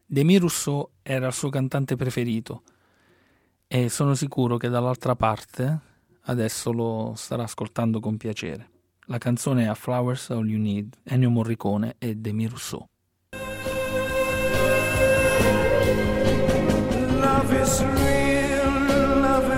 Demis Rousseau era il suo cantante preferito e sono sicuro che dall'altra parte adesso lo starà ascoltando con piacere. La canzone è A Flowers All You Need, Ennio Morricone e Demis Rousseau. Love is real, love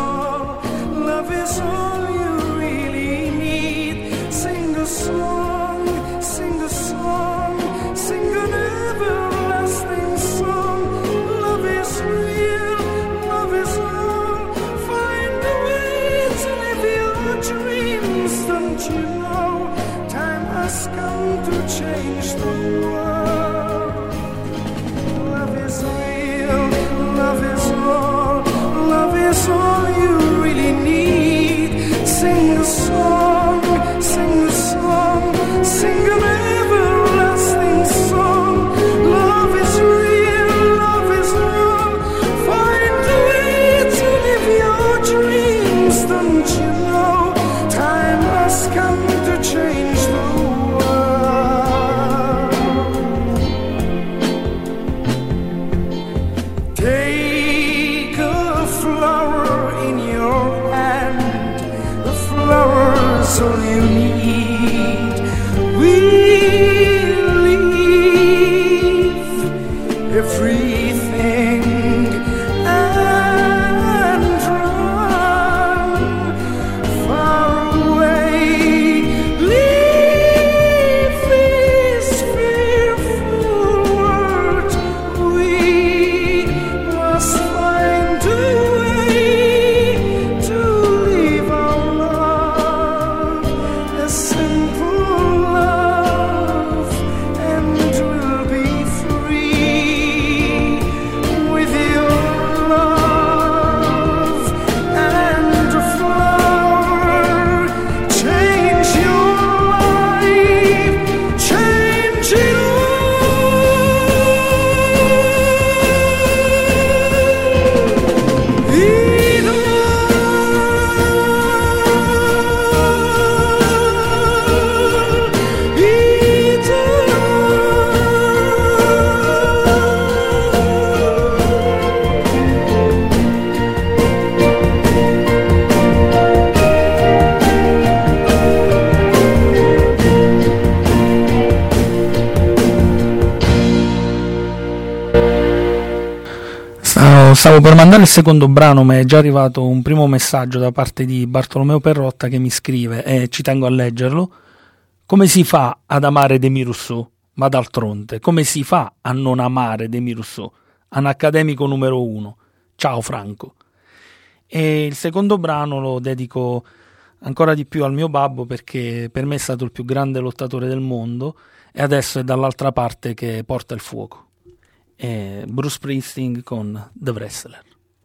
is all you really need. Sing a song, sing a song, sing an everlasting song. Love is real, love is all. Find a way to live your dreams. Don't you know time has come to change the world? Love is real, love is all you really need. Sing a song, sing a song, sing an everlasting song. Love is real, love is all. Find a way to live your dreams. Don't you know time has come to change the world? Take a flower in your hand, the flower's all you need. We'll leave everything and run far away. Leave this fearful world. We must find a way to live our love, a simple love, and we'll be free with your love and a flower. Change your life, change it Stavo per mandare il secondo brano, ma è già arrivato un primo messaggio da parte di Bartolomeo Perrotta che mi scrive, e ci tengo a leggerlo: come si fa ad amare Demis Rousseau? Ma d'altronde, come si fa a non amare Demis Rousseau? Un accademico numero 1. Ciao Franco. E il secondo brano lo dedico ancora di più al mio babbo, perché per me è stato il più grande lottatore del mondo e adesso è dall'altra parte che porta il fuoco. Bruce Springsteen con The Wrestler.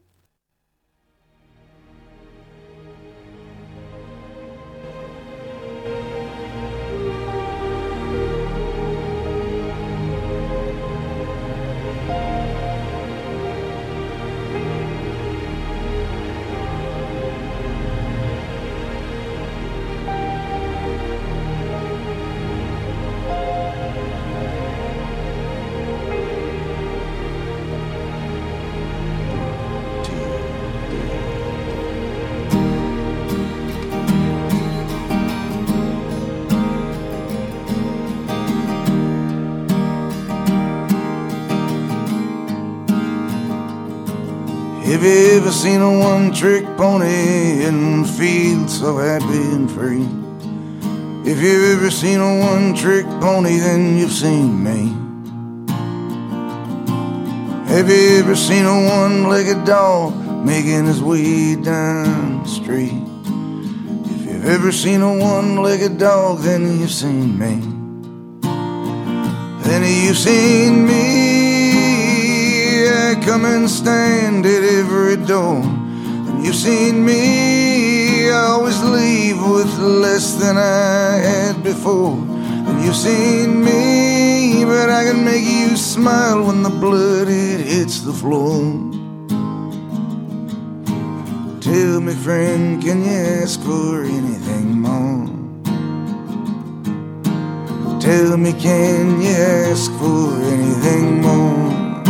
Have you ever seen a one-trick pony and feel so happy and free? If you've ever seen a one-trick pony, then you've seen me. Have you ever seen a one-legged dog making his way down the street? If you've ever seen a one-legged dog, then you've seen me. Then you've seen me. I come and stand at every door. And you've seen me. I always leave with less than I had before. And you've seen me, but I can make you smile when the blood it hits the floor. Tell me, friend, can you ask for anything more? Tell me, can you ask for anything more?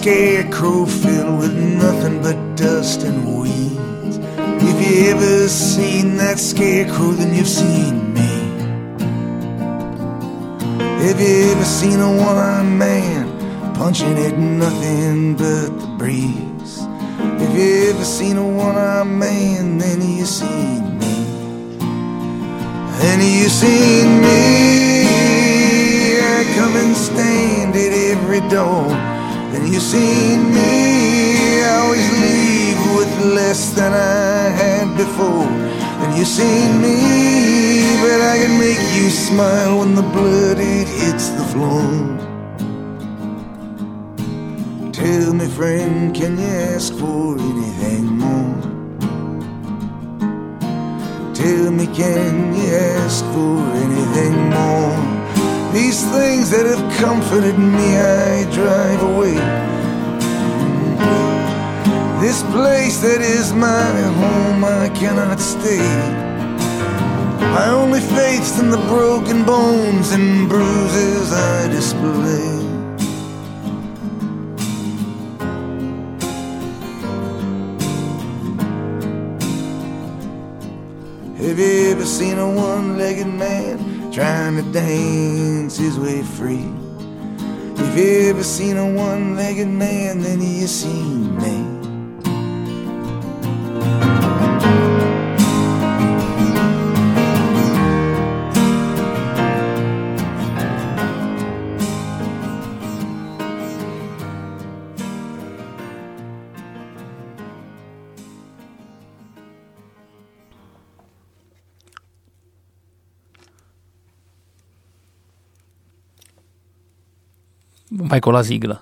scarecrow filled with nothing but dust and weeds. If you ever seen that scarecrow, then you've seen me. Have you ever seen a one-armed man punching at nothing but the breeze? Have you ever seen a one-armed man, then you seen me. Then you seen me, I come and stand at every door. Then you seen me, I always leave with less than I had before. And you seen me, but I can make you smile when the blood it hits the floor. Tell me, friend, can you ask for anything more? Tell me, can you ask for anything more? These things that have comforted me, I drive away. This place that is my home, I cannot stay. My only faith's in the broken bones and bruises I display. Have you ever seen a one-legged man trying to dance his way free? If you ever seen a one-legged man, then you seen me. Vai con la sigla.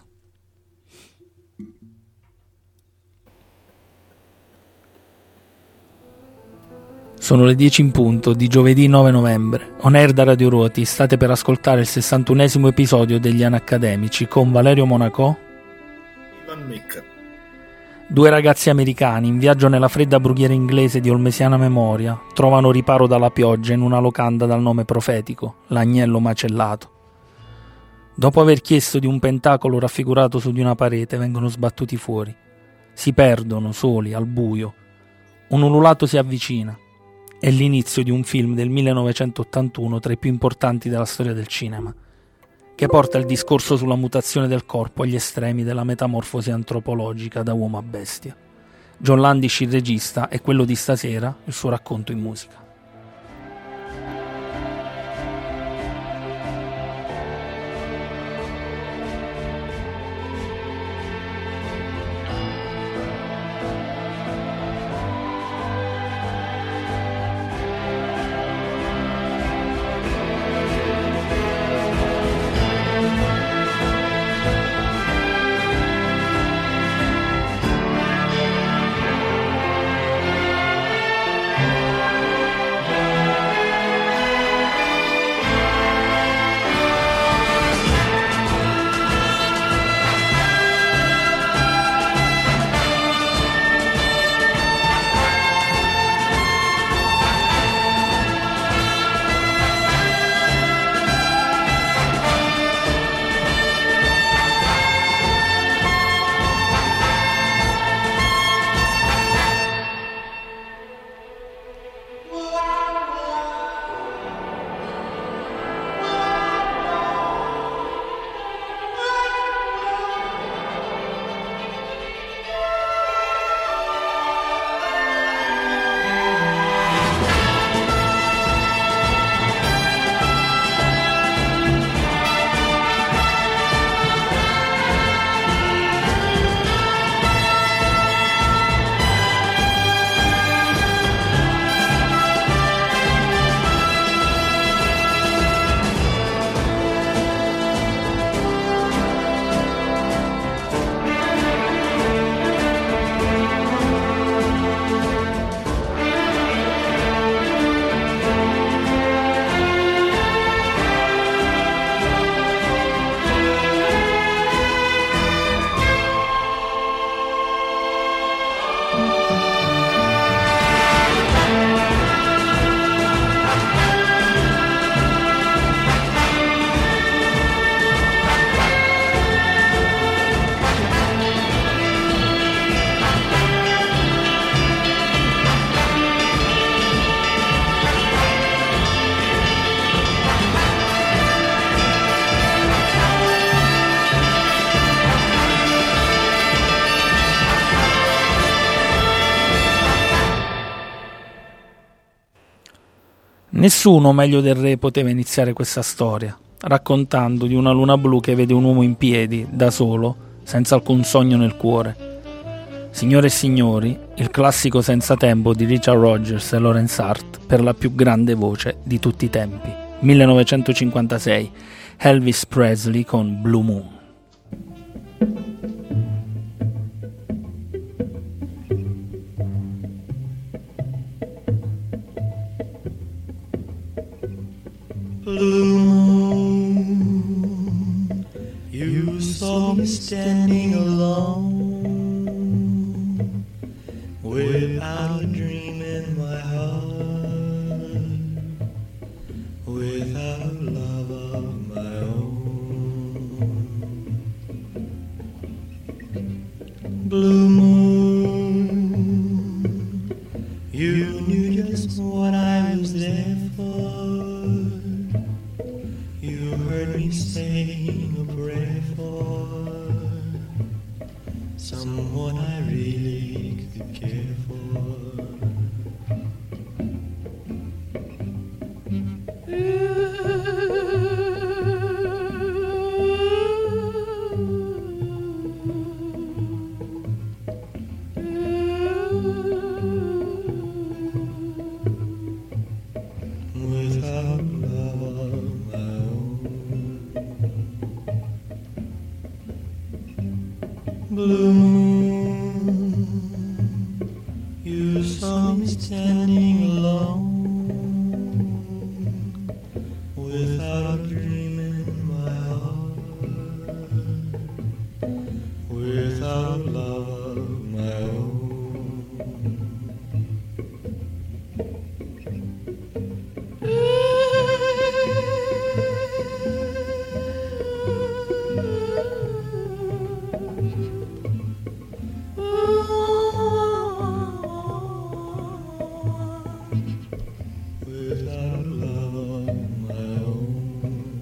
Sono le 10 in punto di giovedì 9 novembre. On air da Radio Ruoti, state per ascoltare il 61esimo episodio degli Anaccademici con Valerio Monaco, Ivan Mecca. Due ragazzi americani in viaggio nella fredda brughiera inglese di olmesiana memoria trovano riparo dalla pioggia in una locanda dal nome profetico, l'Agnello Macellato. Dopo aver chiesto di un pentacolo raffigurato su di una parete, vengono sbattuti fuori. Si perdono, soli, al buio. Un ululato si avvicina. È l'inizio di un film del 1981 tra i più importanti della storia del cinema, che porta il discorso sulla mutazione del corpo agli estremi della metamorfosi antropologica da uomo a bestia. John Landis, il regista, è quello di stasera, il suo racconto in musica. Nessuno meglio del re poteva iniziare questa storia, raccontando di una luna blu che vede un uomo in piedi, da solo, senza alcun sogno nel cuore. Signore e signori, il classico senza tempo di Richard Rodgers e Lawrence Hart per la più grande voce di tutti i tempi. 1956, Elvis Presley con Blue Moon. Blue moon, you saw me standing alone, without a dream in my heart, without a love of my own. Blue moon, you knew just what I was there for. You heard me saying a prayer for someone I really could care for. Without love of my own. Blue moon, you saw me standing alone, without a dream in my heart, without love of my own. Without love of my own.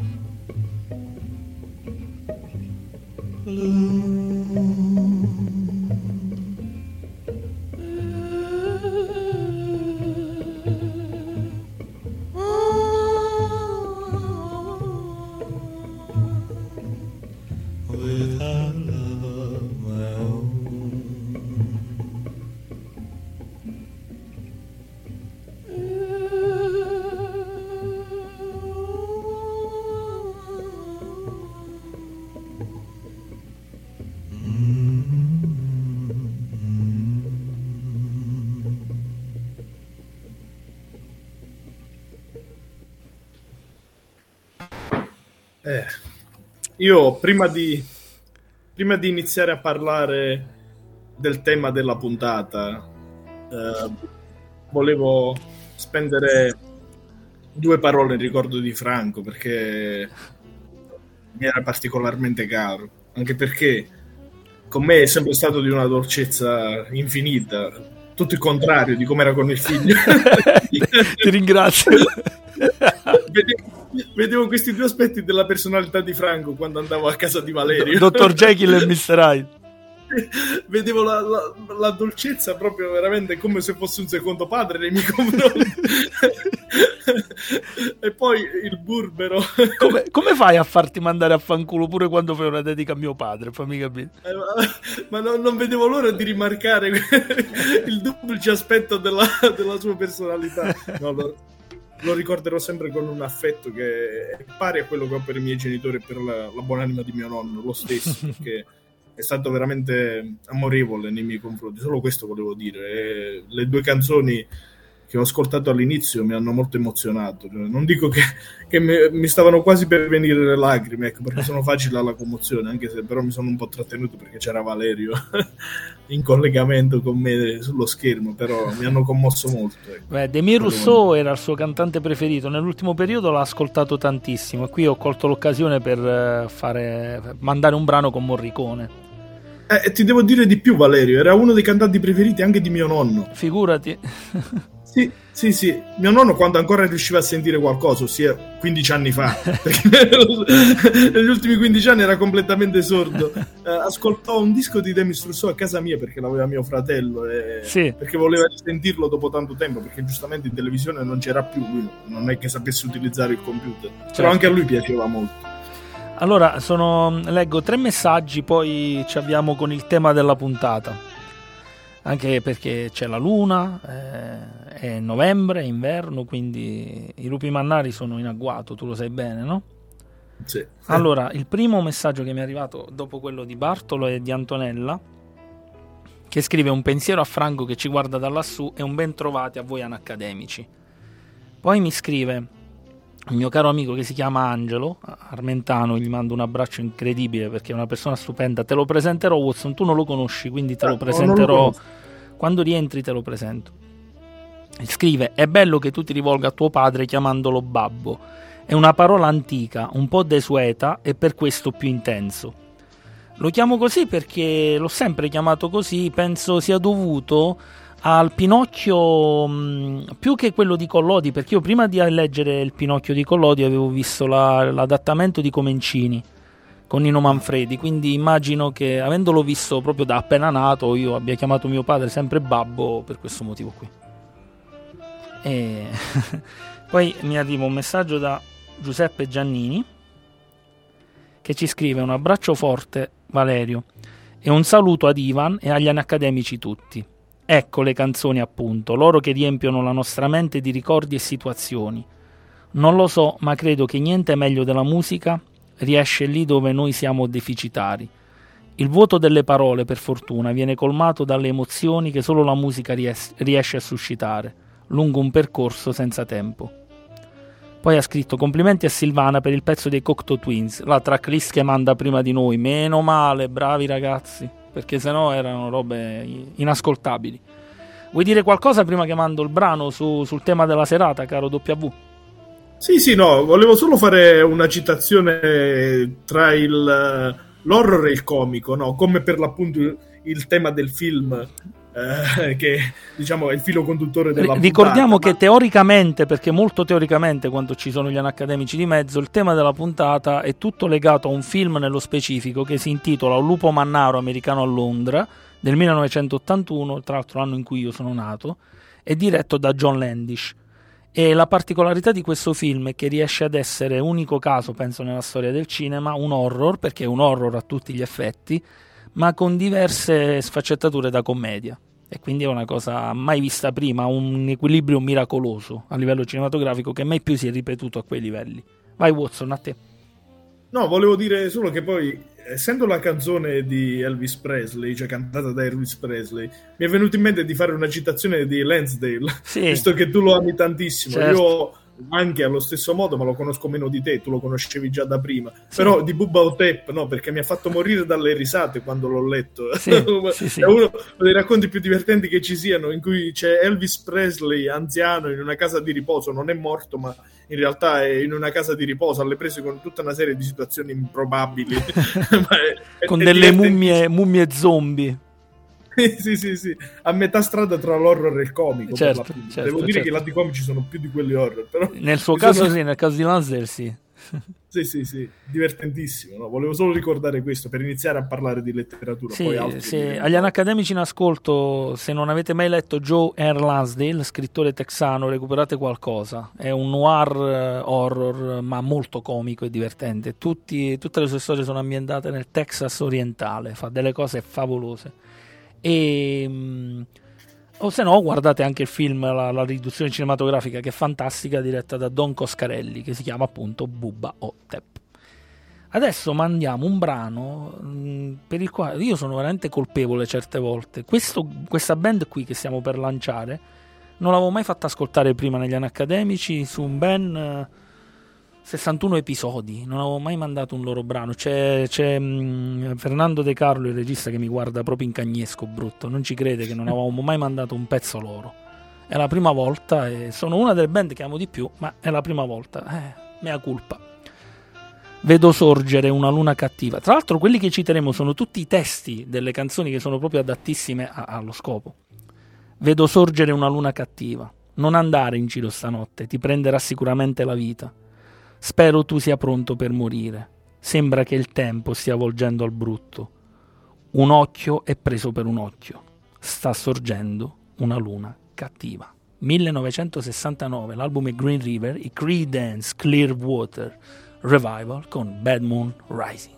Blue moon. Without love of my own. Io prima di iniziare a parlare del tema della puntata, volevo spendere 2 parole in ricordo di Franco, perché mi era particolarmente caro, anche perché con me è sempre stato di una dolcezza infinita, tutto il contrario di come era con il figlio. Ti ringrazio. Vedevo questi 2 aspetti della personalità di Franco quando andavo a casa di Valerio. Dr. Jekyll e Mr. Hyde. Vedevo la dolcezza proprio veramente come se fosse un secondo padre nei miei confronti. E poi il burbero. Come fai a farti mandare a fanculo pure quando fai una dedica a mio padre? Fammi capire. Ma non vedevo l'ora di rimarcare il duplice aspetto della sua personalità. No, lo ricorderò sempre con un affetto che è pari a quello che ho per i miei genitori e per la buonanima di mio nonno, lo stesso, perché è stato veramente amorevole nei miei confronti. Solo questo volevo dire. E le 2 canzoni che ho ascoltato all'inizio mi hanno molto emozionato. Non dico che mi stavano quasi per venire le lacrime, ecco, perché sono facile alla commozione, anche se però mi sono un po' trattenuto perché c'era Valerio in collegamento con me sullo schermo, però mi hanno commosso molto, ecco. Demir Rousseau era il suo cantante preferito, nell'ultimo periodo l'ha ascoltato tantissimo e qui ho colto l'occasione per mandare un brano con Morricone. Ti devo dire di più, Valerio, era uno dei cantanti preferiti anche di mio nonno. Figurati. Sì. Mio nonno, quando ancora riusciva a sentire qualcosa, ossia 15 anni fa, perché negli ultimi 15 anni era completamente sordo, ascoltò un disco di Demis Rousseau a casa mia perché l'aveva mio fratello, perché voleva sentirlo dopo tanto tempo, perché giustamente in televisione non c'era più, lui non è che sapesse utilizzare il computer, però anche a lui piaceva molto. Allora, leggo 3 messaggi, poi ci avviamo con il tema della puntata. Anche perché c'è la luna, è novembre, è inverno, quindi i lupi mannari sono in agguato, tu lo sai bene, no? Sì. Allora, il primo messaggio che mi è arrivato dopo quello di Bartolo è di Antonella, che scrive: un pensiero a Franco che ci guarda da lassù e un ben trovati a voi anacademici. Poi mi scrive il mio caro amico che si chiama Angelo Armentano, gli mando un abbraccio incredibile perché è una persona stupenda, te lo presenterò Watson, tu non lo conosci quindi te lo presenterò quando rientri, te lo presento. Scrive: è bello che tu ti rivolga a tuo padre chiamandolo babbo, è una parola antica, un po' desueta e per questo più intenso. Lo chiamo così perché l'ho sempre chiamato così, penso sia dovuto al Pinocchio più che quello di Collodi, perché io prima di leggere il Pinocchio di Collodi avevo visto l'adattamento di Comencini con Nino Manfredi, quindi immagino che avendolo visto proprio da appena nato io abbia chiamato mio padre sempre babbo per questo motivo qui. E poi mi arriva un messaggio da Giuseppe Giannini che ci scrive: un abbraccio forte Valerio e un saluto ad Ivan e agli anacademici tutti. Ecco le canzoni appunto, loro che riempiono la nostra mente di ricordi e situazioni. Non lo so, ma credo che niente meglio della musica riesce lì dove noi siamo deficitari. Il vuoto delle parole, per fortuna, viene colmato dalle emozioni che solo la musica riesce a suscitare, lungo un percorso senza tempo. Poi ha scritto: complimenti a Silvana per il pezzo dei Cocteau Twins, la tracklist che manda prima di noi, meno male, bravi ragazzi, perché sennò erano robe inascoltabili. Vuoi dire qualcosa prima che mando il brano sul tema della serata, caro W? Sì, no, volevo solo fare una citazione tra l'horror e il comico, no? Come per l'appunto il tema del film, che diciamo è il filo conduttore della puntata. Ricordiamo che teoricamente, perché molto teoricamente quando ci sono gli anacademici di mezzo, il tema della puntata è tutto legato a un film nello specifico che si intitola Un lupo mannaro americano a Londra del 1981, tra l'altro l'anno in cui io sono nato, è diretto da John Landis. E la particolarità di questo film è che riesce ad essere unico caso, penso, nella storia del cinema, un horror, perché è un horror a tutti gli effetti, ma con diverse sfaccettature da commedia. E quindi è una cosa mai vista prima, un equilibrio miracoloso a livello cinematografico che mai più si è ripetuto a quei livelli. Vai Watson, a te. No, volevo dire solo che poi, essendo la canzone di Elvis Presley, cioè cantata da Elvis Presley, mi è venuto in mente di fare una citazione di Lansdale, sì, visto che tu lo ami tantissimo. certo. Io anche allo stesso modo, ma lo conosco meno di te, tu lo conoscevi già da prima, sì. Però di Bubba Hotep no, perché mi ha fatto morire dalle risate quando l'ho letto. Sì, sì. È uno dei racconti più divertenti che ci siano, in cui c'è Elvis Presley anziano in una casa di riposo, non è morto ma in realtà è in una casa di riposo alle prese con tutta una serie di situazioni improbabili con delle mummie zombie. Sì, a metà strada tra l'horror e il comico. Certo, devo dire che i lati comici sono più di quelli horror, però nel suo caso sì, nel caso di Lansdale sì. Sì, divertentissimo, no? Volevo solo ricordare questo per iniziare a parlare di letteratura. Sì, poi altri sì. Agli anacademici in ascolto, se non avete mai letto Joe R. Lansdale, scrittore texano, recuperate qualcosa. È un noir horror, ma molto comico e divertente. Tutte le sue storie sono ambientate nel Texas orientale, fa delle cose favolose. O se no guardate anche il film, la riduzione cinematografica che è fantastica, diretta da Don Coscarelli, che si chiama appunto Bubba Hotep. Adesso mandiamo un brano per il quale io sono veramente colpevole certe volte. Questa band qui che stiamo per lanciare non l'avevo mai fatta ascoltare prima negli anacademici su un ben 61 episodi, non avevo mai mandato un loro brano. C'è Fernando De Carlo, il regista, che mi guarda proprio in cagnesco brutto, non ci crede che non avevamo mai mandato un pezzo loro. È la prima volta e sono una delle band che amo di più, ma è la prima volta, mea culpa. Vedo sorgere una luna cattiva. Tra l'altro quelli che citeremo sono tutti i testi delle canzoni che sono proprio adattissime allo scopo. Vedo sorgere una luna cattiva, Non andare in giro stanotte, ti prenderà sicuramente la vita. Spero tu sia pronto per morire. Sembra che il tempo stia volgendo al brutto. Un occhio è preso per un occhio. Sta sorgendo una luna cattiva. 1969, l'album è Green River, i Creedence Clearwater Revival con Bad Moon Rising.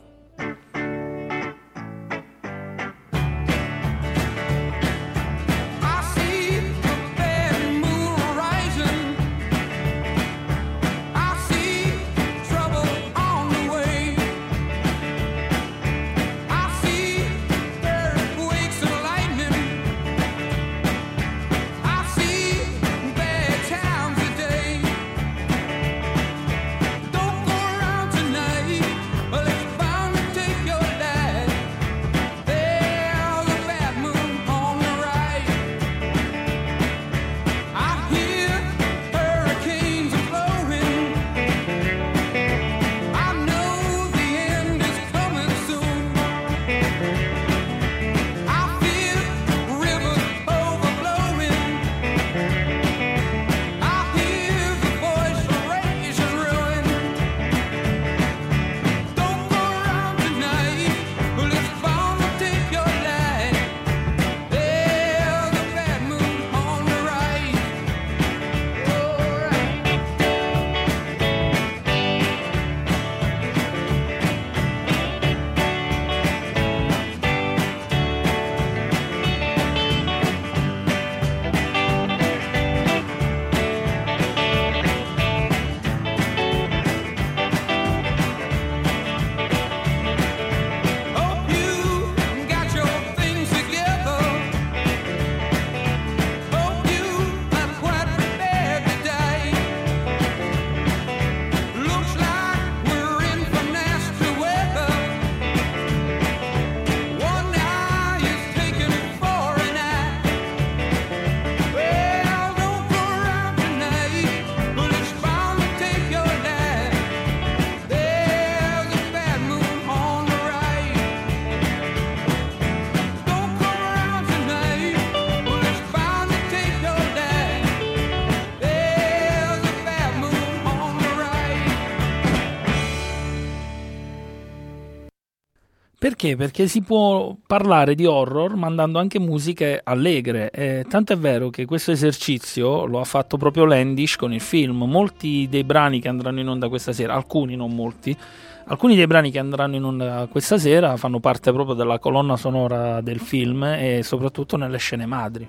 Perché? Perché si può parlare di horror mandando anche musiche allegre, tanto è vero che questo esercizio lo ha fatto proprio Landish con il film. Molti dei brani che andranno in onda questa sera, alcuni, non molti, alcuni dei brani che andranno in onda questa sera fanno parte proprio della colonna sonora del film e soprattutto nelle scene madri.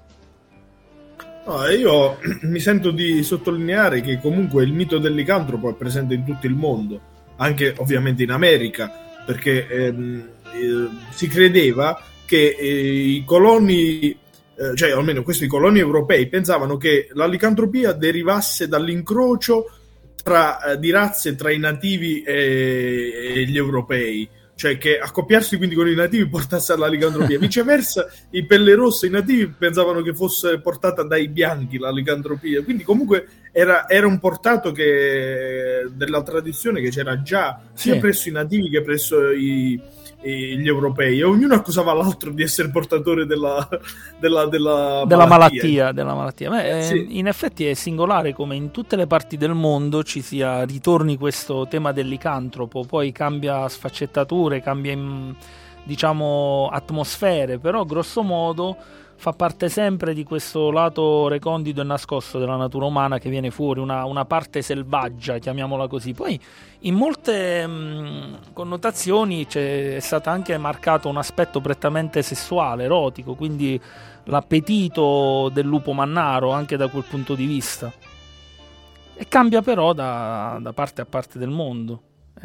No, io mi sento di sottolineare che comunque il mito del licantropo è presente in tutto il mondo, anche ovviamente in America, perché si credeva che i coloni, cioè almeno questi coloni europei, pensavano che la licantropia derivasse dall'incrocio di razze tra i nativi e gli europei, cioè che accoppiarsi quindi con i nativi portasse alla licantropia. Viceversa, i pelle rosse, i nativi, pensavano che fosse portata dai bianchi la licantropia, quindi comunque era un portato della tradizione che c'era già sia presso i nativi che presso gli europei, e ognuno accusava l'altro di essere portatore della malattia. Beh, in effetti è singolare come in tutte le parti del mondo ritorni questo tema del licantropo, poi cambia sfaccettature, cambia diciamo atmosfere, però grosso modo fa parte sempre di questo lato recondito e nascosto della natura umana che viene fuori, una parte selvaggia, chiamiamola così. Poi in molte connotazioni è stato anche marcato un aspetto prettamente sessuale, erotico, quindi l'appetito del lupo mannaro anche da quel punto di vista, e cambia però da parte a parte del mondo.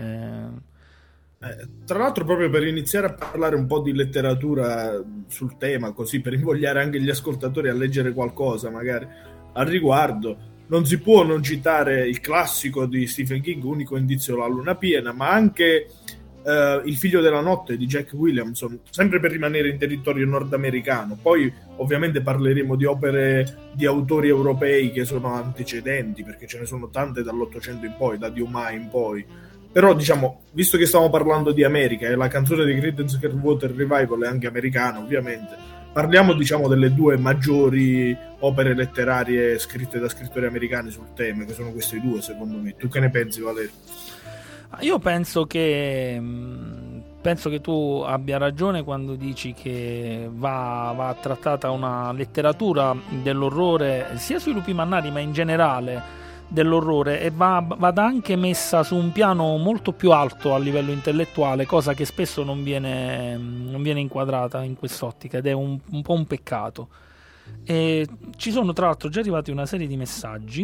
Tra l'altro, proprio per iniziare a parlare un po' di letteratura sul tema, così per invogliare anche gli ascoltatori a leggere qualcosa magari al riguardo, non si può non citare il classico di Stephen King, Unico indizio la luna piena, ma anche Il figlio della notte di Jack Williamson, sempre per rimanere in territorio nordamericano. Poi ovviamente parleremo di opere di autori europei che sono antecedenti, perché ce ne sono tante dall'Ottocento in poi, da Dumas in poi. Però diciamo, visto che stiamo parlando di America e la canzone di Creedence Clearwater Revival è anche americana ovviamente, parliamo diciamo delle due maggiori opere letterarie scritte da scrittori americani sul tema, che sono queste due secondo me. Tu che ne pensi, Valerio? Io penso che tu abbia ragione quando dici che va trattata una letteratura dell'orrore sia sui lupi mannari ma in generale dell'orrore, e vada anche messa su un piano molto più alto a livello intellettuale, cosa che spesso non viene inquadrata in quest'ottica, ed è un po' un peccato. E ci sono tra l'altro già arrivati una serie di messaggi.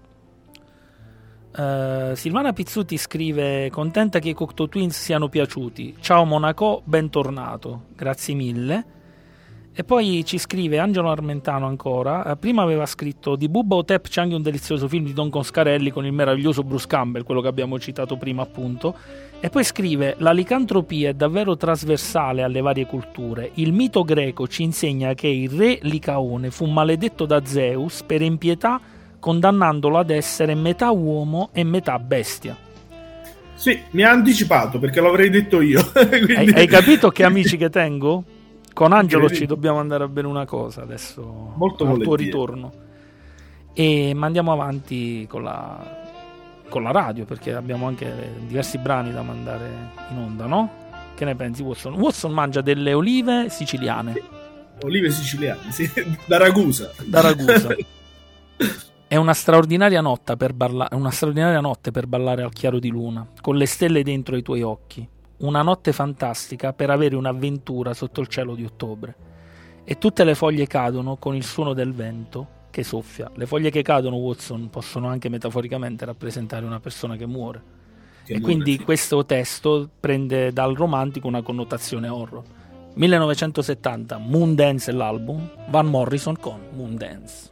Silvana Pizzuti scrive: contenta che i Cocteau Twins siano piaciuti, ciao Monaco, bentornato, grazie mille. E poi ci scrive Angelo Armentano ancora, prima aveva scritto di Bubba Hotep c'è anche un delizioso film di Don Coscarelli con il meraviglioso Bruce Campbell, quello che abbiamo citato prima appunto, e poi scrive: la licantropia è davvero trasversale alle varie culture, il mito greco ci insegna che il re Licaone fu maledetto da Zeus per impietà, condannandolo ad essere metà uomo e metà bestia. Sì, mi ha anticipato perché l'avrei detto io. Quindi... hai capito che amici che tengo? Con Angelo ci dobbiamo andare a bere una cosa adesso, molto al tuo ritorno, e mandiamo avanti con la radio, perché abbiamo anche diversi brani da mandare in onda, no? Che ne pensi, Watson? Watson mangia delle olive siciliane. Olive siciliane, sì, da Ragusa. È una straordinaria notte per ballare al chiaro di luna, con le stelle dentro i tuoi occhi. Una notte fantastica per avere un'avventura sotto il cielo di ottobre. E tutte le foglie cadono con il suono del vento che soffia. Le foglie che cadono, Watson, possono anche metaforicamente rappresentare una persona che muore. Quindi sì. Questo testo prende dal romantico una connotazione horror. 1970, Moondance è l'album, Van Morrison con Moondance.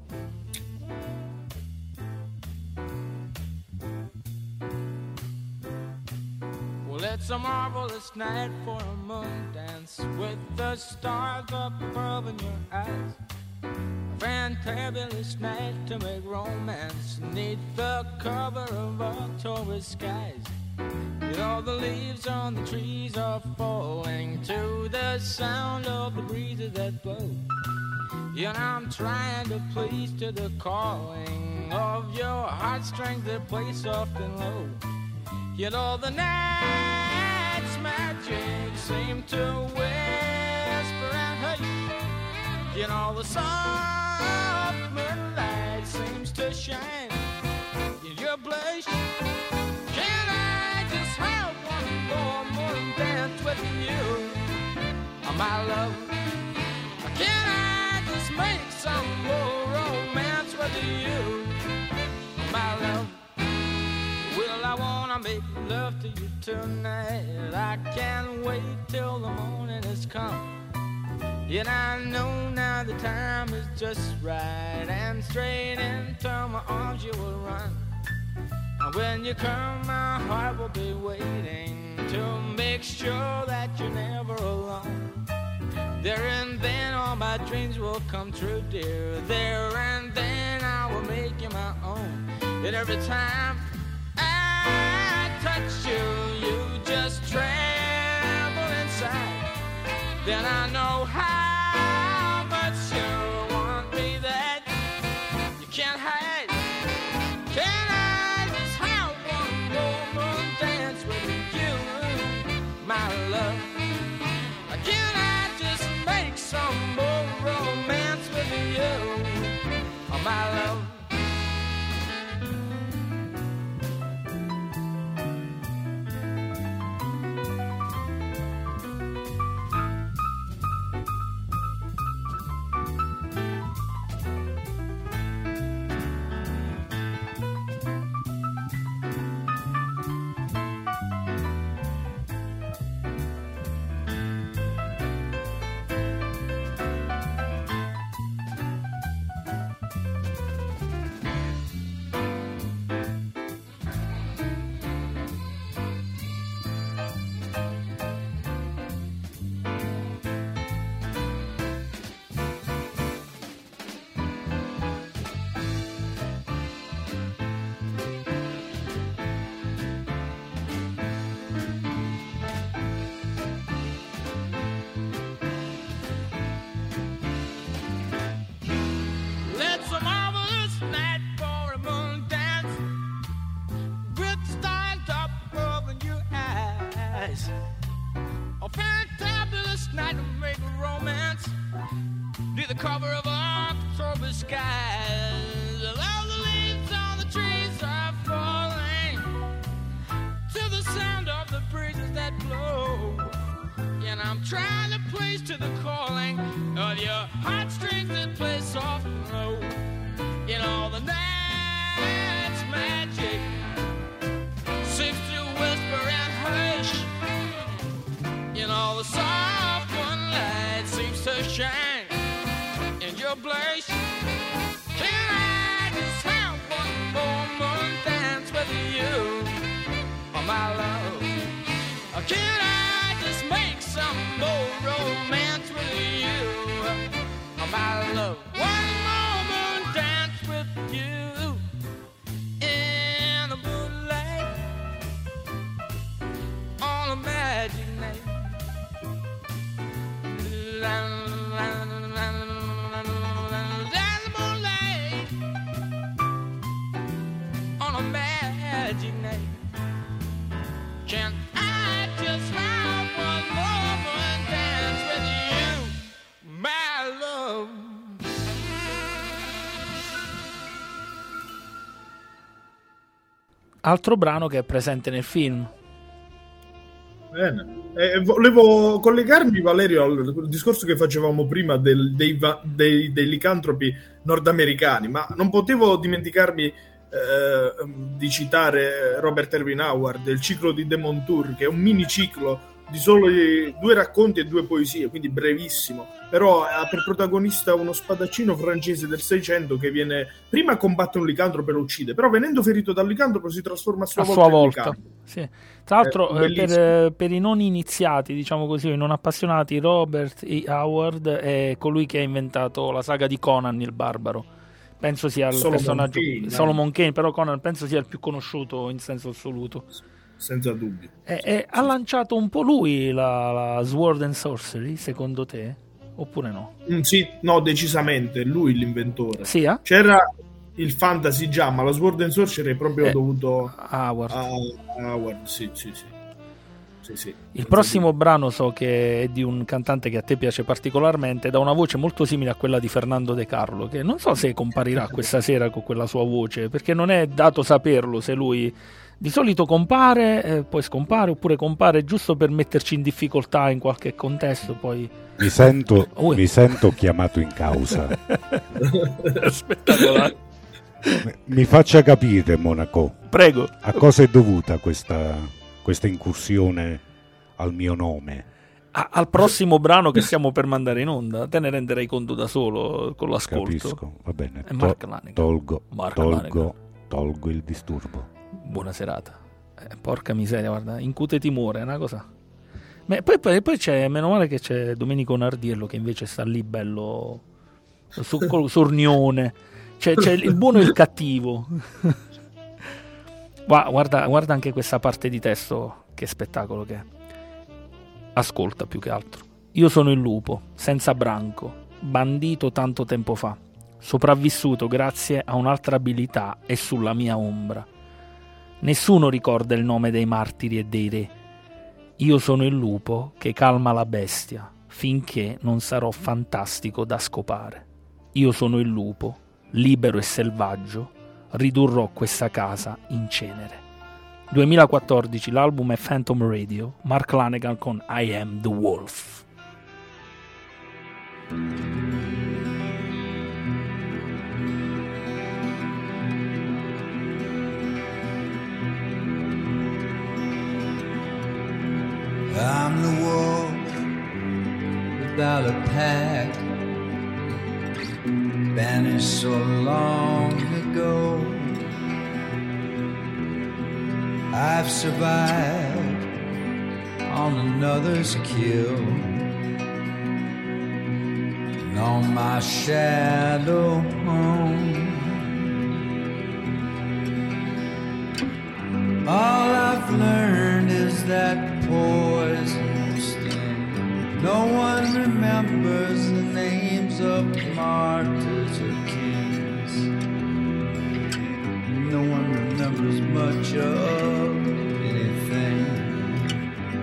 It's a marvelous night for a moon dance with the stars up above in your eyes. A fantabulous night to make romance neath the cover of October skies. You know the leaves on the trees are falling to the sound of the breezes that blow. You know I'm trying to please to the calling of your heartstrings that play soft and low. You know the night's magic seemed to whisper and hey. You know the soft moonlight seems to shine in your blush. Can I just have one more dance with you, my love? Can I just make some more romance with you, my love? Well, I wanna make love to you tonight. I can't wait till the morning has come. Yet I know now the time is just right, and straight into my arms you will run. And when you come, my heart will be waiting to make sure that you're never alone. There and then all my dreams will come true, dear. There and then I will make you my own. And every time I touch you, you just tremble inside. Then I know how much you want me that you can't hide. Can I just have one more dance with you, my love? Can I just make some more romance with you, my love? the cover of October skies. All the leaves on the trees are falling to the sound of the breezes that blow. And I'm trying to place to the calling of your heartstrings that play soft and low. In all the night's magic seems to whisper and hush. In all the soft moonlight seems to shine in your blush. Can I just have one more moon dance with you, oh my love? Or can I just make some more romance with you, oh my love? One more moon dance with you in the moonlight on a magic night. The moonlight on a magic night. Can I just have one moment dance with you, my love? Altro brano che è presente nel film. Bene. Volevo collegarmi, Valerio, al discorso che facevamo prima dei licantropi nordamericani, ma non potevo dimenticarmi di citare Robert Erwin Howard, Il ciclo di Demon Tour, che è un mini ciclo di solo 2 racconti e 2 poesie, quindi brevissimo, però ha per protagonista uno spadaccino francese del 600 che prima combatte un licantropo e lo uccide, però venendo ferito dal licantropo si trasforma a sua volta. Sì. Tra l'altro per i non iniziati, diciamo così, i non appassionati, Robert E. Howard è colui che ha inventato la saga di Conan il Barbaro. Penso sia il personaggio Solomon Kane, però Conan penso sia il più conosciuto in senso assoluto. Senza dubbio. Ha lanciato un po' lui la Sword and Sorcery, secondo te? Oppure no? Sì, no, decisamente, lui l'inventore. Sì, eh? C'era il fantasy già, ma la Sword and Sorcery è proprio dovuto a Howard. Sì. Il prossimo brano so che è di un cantante che a te piace particolarmente, da una voce molto simile a quella di Fernando De Carlo, che non so se comparirà questa sera con quella sua voce, perché non è dato saperlo se lui di solito compare, poi scompare, oppure compare giusto per metterci in difficoltà in qualche contesto, poi mi sento chiamato in causa. Spettacolare. Mi faccia capire, Monaco. Prego. A cosa è dovuta questa incursione al mio nome? Al prossimo brano che stiamo per mandare in onda, te ne renderai conto da solo con l'ascolto. Capisco, va bene. Tolgo il disturbo. Buona serata. Porca miseria, guarda, incute timore, è una cosa. Poi c'è, meno male che c'è Domenico Nardiello che invece sta lì bello sornione. C'è il buono e il cattivo. Guarda anche questa parte di testo, che spettacolo che è. Ascolta più che altro. Io sono il lupo, senza branco, bandito tanto tempo fa, sopravvissuto grazie a un'altra abilità e sulla mia ombra. Nessuno ricorda il nome dei martiri e dei re. Io sono il lupo che calma la bestia finché non sarò fantastico da scopare. Io sono il lupo, libero e selvaggio, ridurrò questa casa in cenere. 2014, l'album è Phantom Radio, Mark Lanegan con I Am the Wolf. I'm the wolf without a pack, banished so long ago. I've survived on another's kill, and on my shadow home. All I've learned is that poison sting. No one remembers the names of martyrs or kings. No one remembers much of anything.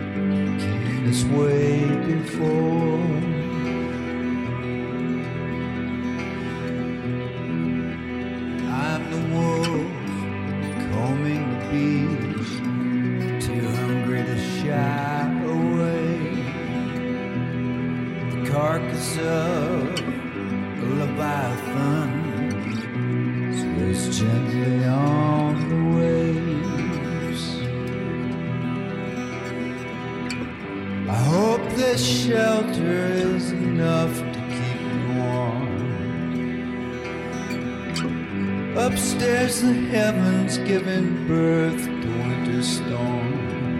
Came this way before. carcass of a leviathan sways gently on the waves. I hope this shelter is enough to keep me warm. Upstairs the heavens giving birth to winter storm.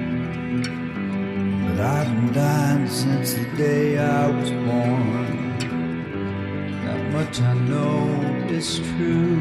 But I've been dying since the day I was born. Not much I know is true.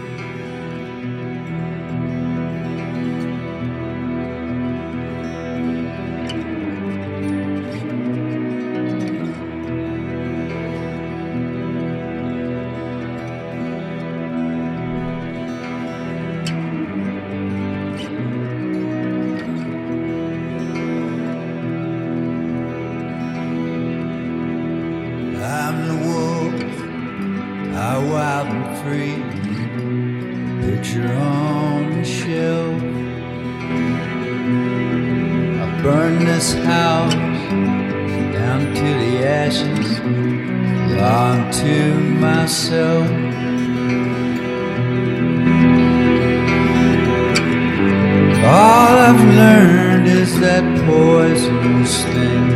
All I've learned is that poison will sting.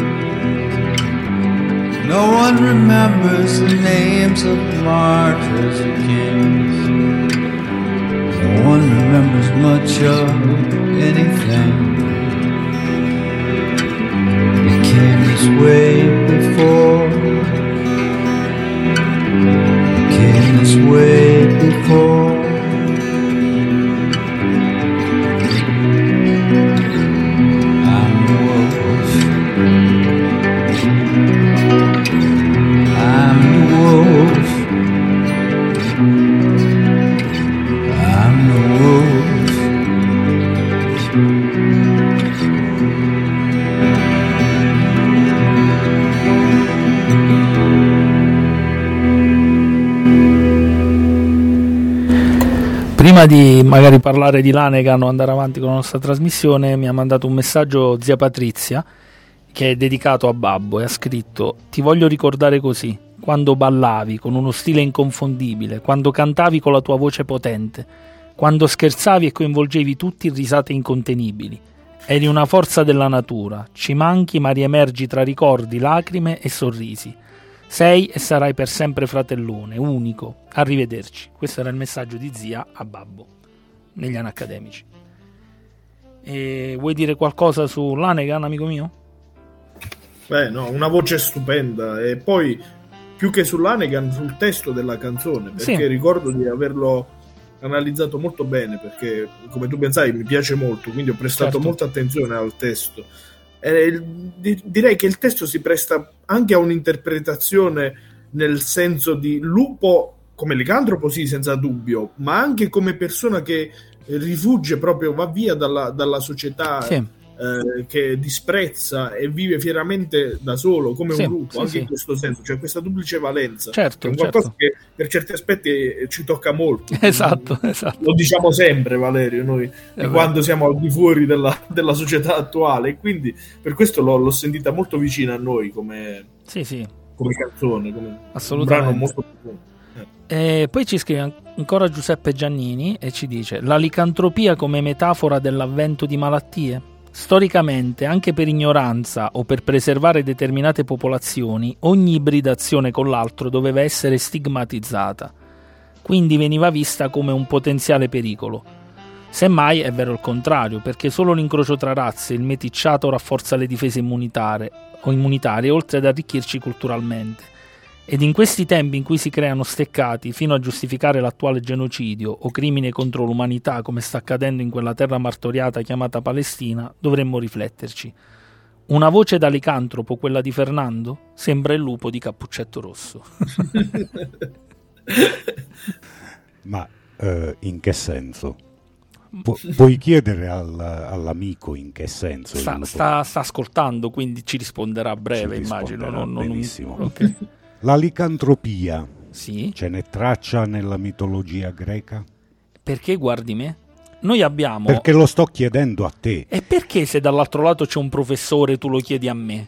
No one remembers the names of martyrs or kings. No one remembers much of anything. It came this way before. It came this way before. Prima di magari parlare di Lanegan o andare avanti con la nostra trasmissione, mi ha mandato un messaggio zia Patrizia che è dedicato a Babbo e ha scritto: ti voglio ricordare così, quando ballavi con uno stile inconfondibile, quando cantavi con la tua voce potente, quando scherzavi e coinvolgevi tutti in risate incontenibili. Eri una forza della natura, ci manchi ma riemergi tra ricordi, lacrime e sorrisi. Sei e sarai per sempre fratellone, unico. Arrivederci. Questo era il messaggio di zia a Babbo negli anni accademici. E vuoi dire qualcosa su Lanegan, amico mio? Beh, no, una voce stupenda. E poi, più che su Lanegan, sul testo della canzone, perché sì, ricordo di averlo analizzato molto bene, perché, come tu ben sai, mi piace molto, quindi ho prestato molta attenzione al testo. Direi che il testo si presta anche a un'interpretazione nel senso di lupo come licantropo, sì, senza dubbio, ma anche come persona che rifugge proprio, va via dalla società, sì, che disprezza e vive fieramente da solo come un lupo, anche in questo senso, cioè questa duplice valenza, certo, è qualcosa che per certi aspetti ci tocca molto. Esatto. Lo diciamo sempre, Valerio, noi quando siamo al di fuori della società attuale, e quindi per questo l'ho sentita molto vicina a noi come canzone, come assolutamente un brano molto profondo. E poi ci scrive ancora Giuseppe Giannini e ci dice: la licantropia come metafora dell'avvento di malattie? Storicamente, anche per ignoranza o per preservare determinate popolazioni, ogni ibridazione con l'altro doveva essere stigmatizzata, quindi veniva vista come un potenziale pericolo. Semmai è vero il contrario, perché solo l'incrocio tra razze, il meticciato rafforza le difese immunitarie oltre ad arricchirci culturalmente. Ed in questi tempi in cui si creano steccati fino a giustificare l'attuale genocidio o crimine contro l'umanità come sta accadendo in quella terra martoriata chiamata Palestina, dovremmo rifletterci. Una voce da licantropo, quella di Fernando, sembra il lupo di Cappuccetto Rosso. Ma in che senso? Puoi chiedere all'amico in che senso? Sta ascoltando, quindi ci risponderà a breve, immagino. Benissimo. Okay. La licantropia, sì, ce n'è traccia nella mitologia greca? Perché guardi me? Noi abbiamo... Perché lo sto chiedendo a te. E perché se dall'altro lato c'è un professore tu lo chiedi a me?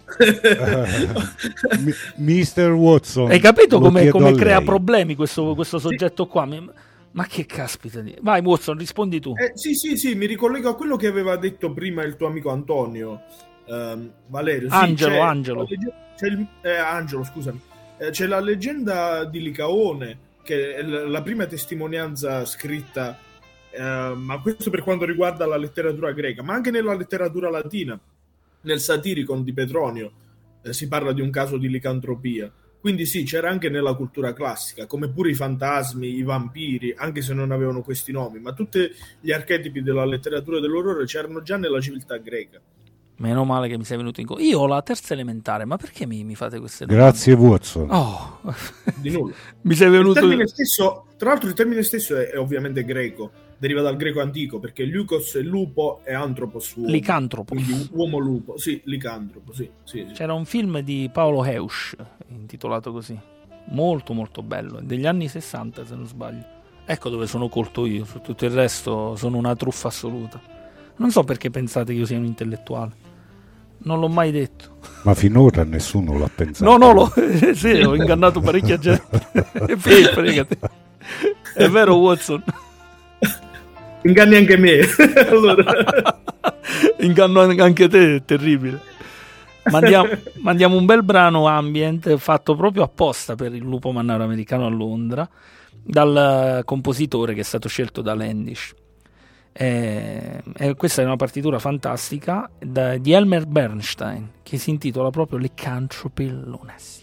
Mr. Watson, Hai capito lo come chiedo a crea lei. problemi questo soggetto qua? Ma che caspita vai Watson, rispondi tu. Sì, mi ricollego a quello che aveva detto prima il tuo amico Antonio, Valerio. Sì, Angelo. Angelo, scusami. C'è la leggenda di Licaone, che è la prima testimonianza scritta, ma questo per quanto riguarda la letteratura greca, ma anche nella letteratura latina, nel Satiricon di Petronio, si parla di un caso di licantropia. Quindi sì, c'era anche nella cultura classica, come pure i fantasmi, i vampiri, anche se non avevano questi nomi, ma tutti gli archetipi della letteratura dell'orrore c'erano già nella civiltà greca. Meno male che mi sei venuto in Io ho la terza elementare, ma perché mi fate queste domande? Grazie Watson. Oh. Di nulla. Mi sei venuto... Tra l'altro il termine stesso è ovviamente greco, deriva dal greco antico, perché Lyukos è lupo e Anthropos uomo. Licantropo. Quindi uomo lupo, sì, licantropo, sì. C'era un film di Paolo Heusch, intitolato così, molto molto bello, degli anni 60 se non sbaglio. Ecco dove sono colto io, su tutto il resto sono una truffa assoluta. Non so perché pensate che io sia un intellettuale. Non l'ho mai detto. Ma finora nessuno l'ha pensato. No, sì, ho ingannato parecchia gente. Fregate. È vero Watson? Inganni anche me. Allora. Inganno anche te, è terribile. Mandiamo un bel brano ambient fatto proprio apposta per il Lupo Mannaro Americano a Londra, dal compositore che è stato scelto da Landish. Questa è una partitura fantastica di Elmer Bernstein che si intitola proprio Lycanthropy Lunacy.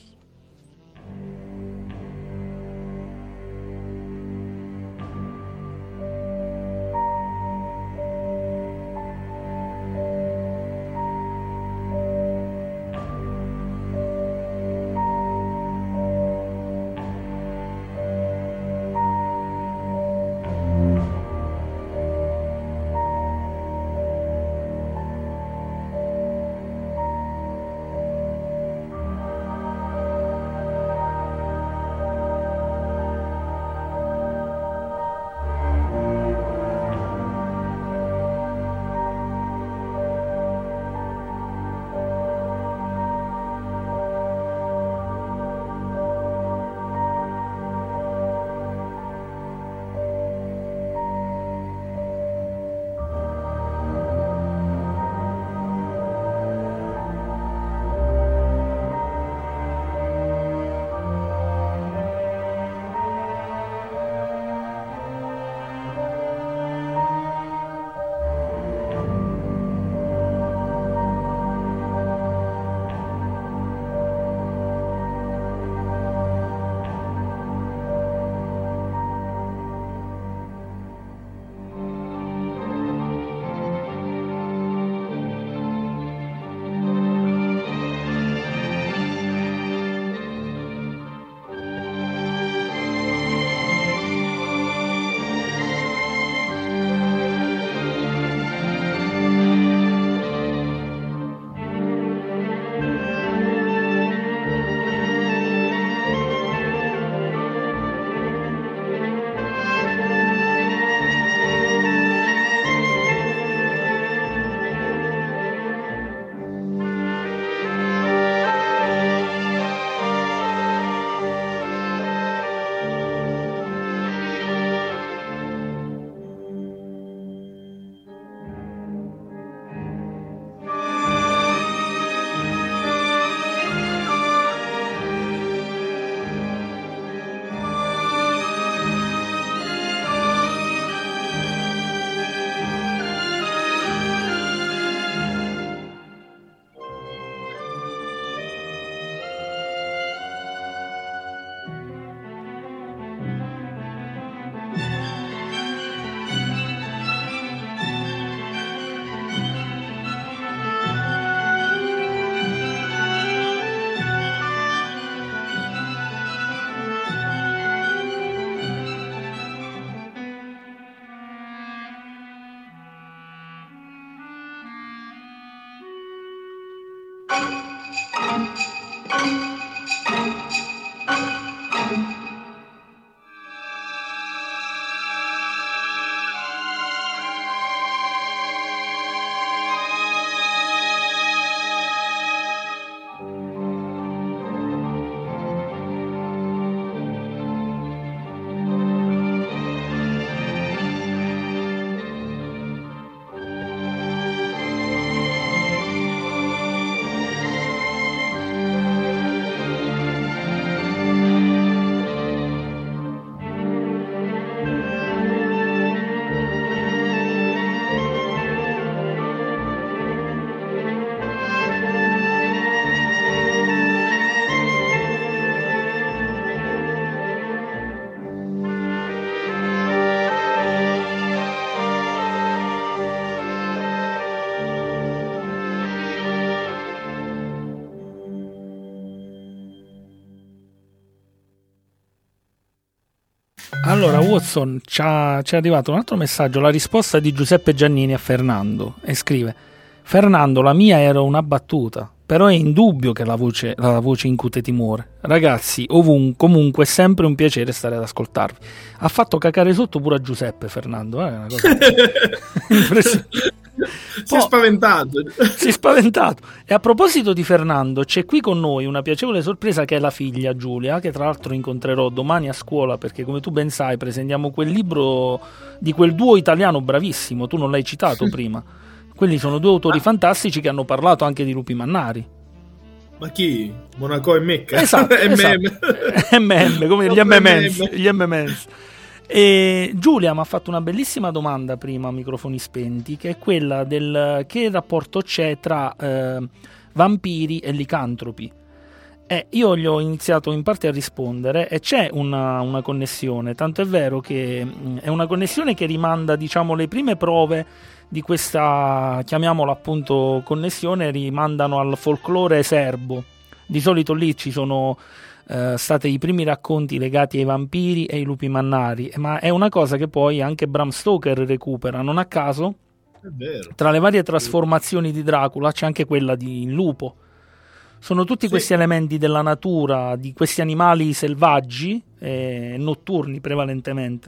Allora, Watson, ci è arrivato un altro messaggio, la risposta di Giuseppe Giannini a Fernando, e scrive: Fernando, la mia era una battuta, però è indubbio che la voce incute timore. Ragazzi, ovunque, comunque è sempre un piacere stare ad ascoltarvi. Ha fatto cacare sotto pure a Giuseppe, Fernando, è una cosa impressionante. Si è spaventato. Si è spaventato. E a proposito di Fernando, c'è qui con noi una piacevole sorpresa che è la figlia Giulia, che tra l'altro incontrerò domani a scuola, perché come tu ben sai presentiamo quel libro di quel duo italiano bravissimo, tu non l'hai citato prima. Quelli sono due autori fantastici che hanno parlato anche di lupi mannari. Ma chi? Monaco e Mecca? Esatto, MM. MM, come gli M&M's. E Giulia mi ha fatto una bellissima domanda prima a microfoni spenti, che è quella del che rapporto c'è tra vampiri e licantropi. Io gli ho iniziato in parte a rispondere e c'è una connessione, tanto è vero che è una connessione che rimanda, diciamo, le prime prove di questa, chiamiamola appunto connessione, rimandano al folklore serbo. Di solito lì ci sono stati i primi racconti legati ai vampiri e ai lupi mannari, ma è una cosa che poi anche Bram Stoker recupera, non a caso. È vero. Tra le varie trasformazioni di Dracula c'è anche quella di lupo. Sono tutti questi elementi della natura, di questi animali selvaggi e notturni prevalentemente.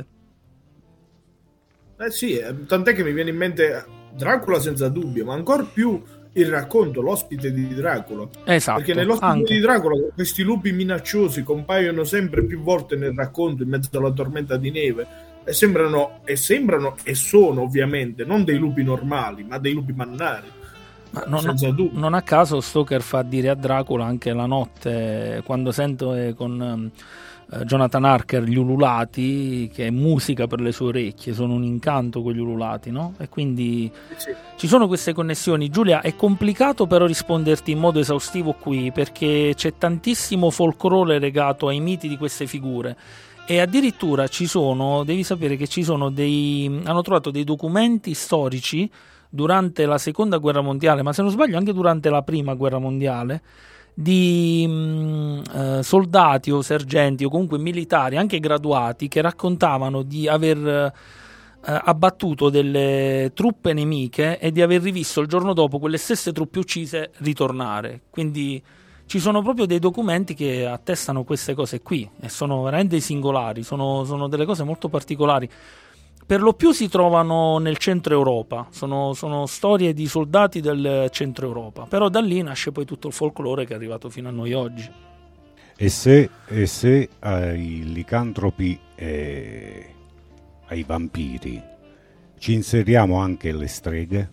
Sì, tant'è che mi viene in mente Dracula senza dubbio, ma ancora più il racconto, l'ospite di Dracula. Esatto. Perché nell'ospite di Dracula questi lupi minacciosi compaiono sempre più volte nel racconto in mezzo alla tormenta di neve e sembrano e sono ovviamente non dei lupi normali, ma dei lupi mannari. Ma non a caso Stoker fa dire a Dracula anche la notte, quando sento con Jonathan Harker gli ululati, che è musica per le sue orecchie, sono un incanto quegli ululati, no? E quindi ci sono queste connessioni. Giulia, è complicato però risponderti in modo esaustivo qui, perché c'è tantissimo folklore legato ai miti di queste figure, e addirittura devi sapere che hanno trovato dei documenti storici durante la seconda guerra mondiale, ma se non sbaglio anche durante la prima guerra mondiale, di soldati o sergenti o comunque militari anche graduati che raccontavano di aver abbattuto delle truppe nemiche e di aver rivisto il giorno dopo quelle stesse truppe uccise ritornare. Quindi ci sono proprio dei documenti che attestano queste cose qui e sono veramente singolari, sono delle cose molto particolari. Per lo più si trovano nel centro Europa, sono storie di soldati del centro Europa, però da lì nasce poi tutto il folklore che è arrivato fino a noi oggi. E se ai licantropi e ai vampiri ci inseriamo anche le streghe?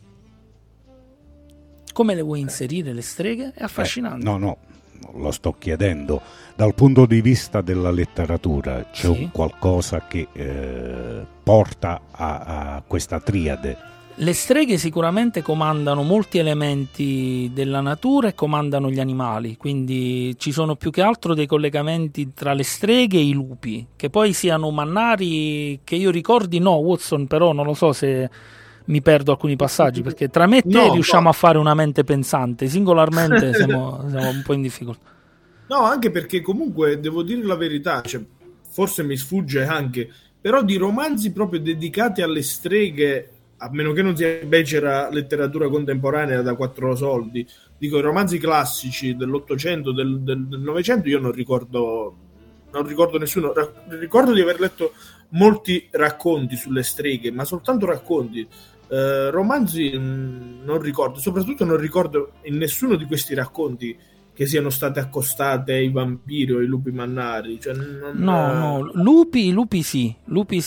Come le vuoi inserire le streghe? È affascinante. No, lo sto chiedendo. Dal punto di vista della letteratura c'è un qualcosa che porta a questa triade? Le streghe sicuramente comandano molti elementi della natura e comandano gli animali, quindi ci sono più che altro dei collegamenti tra le streghe e i lupi, che poi siano mannari, che io ricordi no, Watson, però non lo so se mi perdo alcuni passaggi, perché tra me e te riusciamo a fare una mente pensante, singolarmente siamo un po' in difficoltà. No, anche perché comunque devo dire la verità, cioè, forse mi sfugge anche, però di romanzi proprio dedicati alle streghe, a meno che non sia becera letteratura contemporanea da quattro soldi, dico i romanzi classici dell'Ottocento, del Novecento, io non ricordo nessuno. Ricordo di aver letto molti racconti sulle streghe, ma soltanto racconti. Romanzi non ricordo, soprattutto non ricordo in nessuno di questi racconti che siano state accostate ai vampiri o ai lupi mannari, cioè no, lupi sì,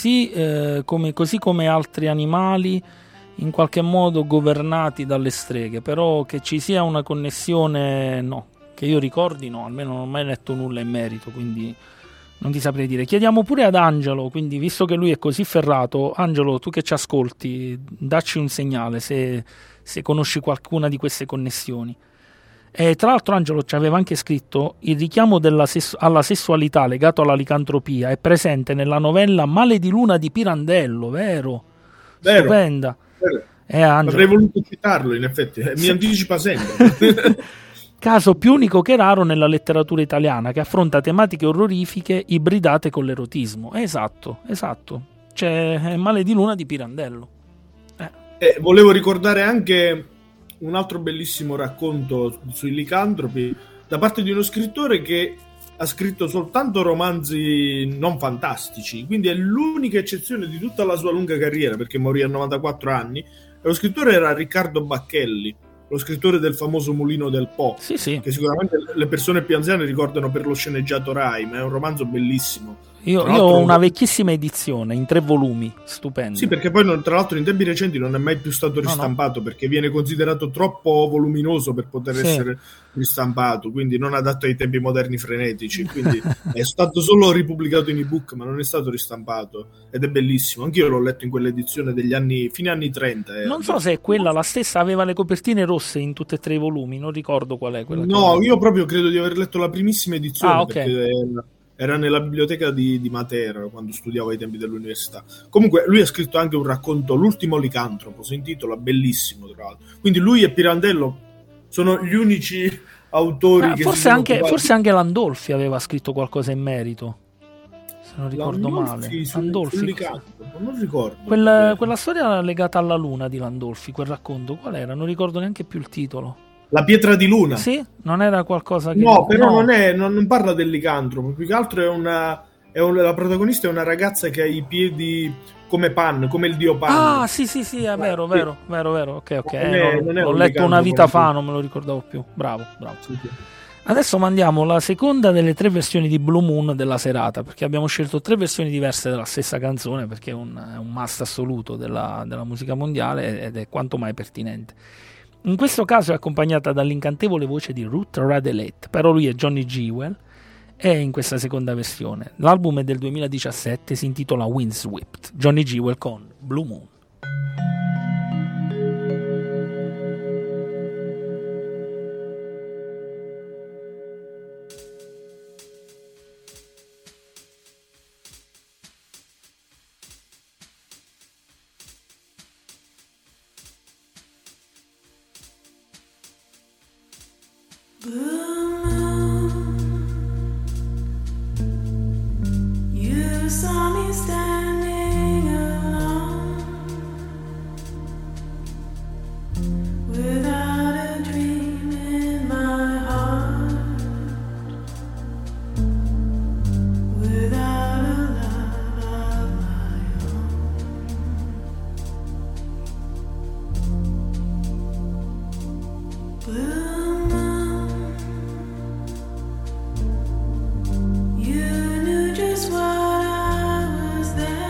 così come altri animali in qualche modo governati dalle streghe, però che ci sia una connessione no, che io ricordi no, almeno non ho mai letto nulla in merito, quindi non ti saprei dire. Chiediamo pure ad Angelo, quindi visto che lui è così ferrato, Angelo, tu che ci ascolti, dacci un segnale se conosci qualcuna di queste connessioni. E tra l'altro Angelo ci aveva anche scritto: il richiamo alla sessualità legato alla licantropia è presente nella novella Male di luna di Pirandello, vero? Stupenda. Vero. Angelo. Avrei voluto citarlo, in effetti, mi anticipa sempre. caso più unico che raro nella letteratura italiana, che affronta tematiche orrorifiche ibridate con l'erotismo. Esatto. C'è Male di luna di Pirandello. Volevo ricordare anche un altro bellissimo racconto sui licantropi da parte di uno scrittore che ha scritto soltanto romanzi non fantastici, quindi è l'unica eccezione di tutta la sua lunga carriera, perché morì a 94 anni. E lo scrittore era Riccardo Bacchelli, lo scrittore del famoso Mulino del Po, Sì. che sicuramente le persone più anziane ricordano per lo sceneggiato Rai, ma è un romanzo bellissimo. Io ho una vecchissima edizione in 3 volumi, stupendo. Sì, perché poi tra l'altro in tempi recenti non è mai più stato ristampato, perché viene considerato troppo voluminoso per poter essere ristampato, quindi non adatto ai tempi moderni frenetici, quindi è stato solo ripubblicato in ebook, ma non è stato ristampato, ed è bellissimo. Anch'io l'ho letto in quell'edizione degli anni fine anni 30. Non so se è quella la stessa, aveva le copertine rosse in tutte e 3 i volumi, non ricordo qual è quella. No, io proprio credo di aver letto la primissima edizione, ok. perché era nella biblioteca di Matera quando studiavo ai tempi dell'università. Comunque lui ha scritto anche un racconto, L'ultimo licantropo, si intitola, bellissimo tra l'altro. Quindi lui e Pirandello sono gli unici autori che forse anche Landolfi aveva scritto qualcosa in merito, se non ricordo male. Landolfi, non ricordo. Quella storia legata alla luna di Landolfi, quel racconto, qual era? Non ricordo neanche più il titolo. La pietra di luna. Sì? Non era qualcosa che... No, però non parla del licantropo, più che altro la protagonista è una ragazza che ha i piedi come Pan, come il dio Pan. Ah, sì, è vero. Ok. Non è L'ho un letto una vita licantropo, fa, non me lo ricordavo più. Bravo. Sì. Adesso mandiamo la seconda delle 3 versioni di Blue Moon della serata, perché abbiamo scelto 3 versioni diverse della stessa canzone, perché è un must assoluto della musica mondiale ed è quanto mai pertinente. In questo caso è accompagnata dall'incantevole voce di Ruth Radelet, però lui è Johnny Jewel, e in questa seconda versione. L'album è del 2017, si intitola Windswept. Johnny Jewel con Blue Moon. You saw me standing alone. just what I was there.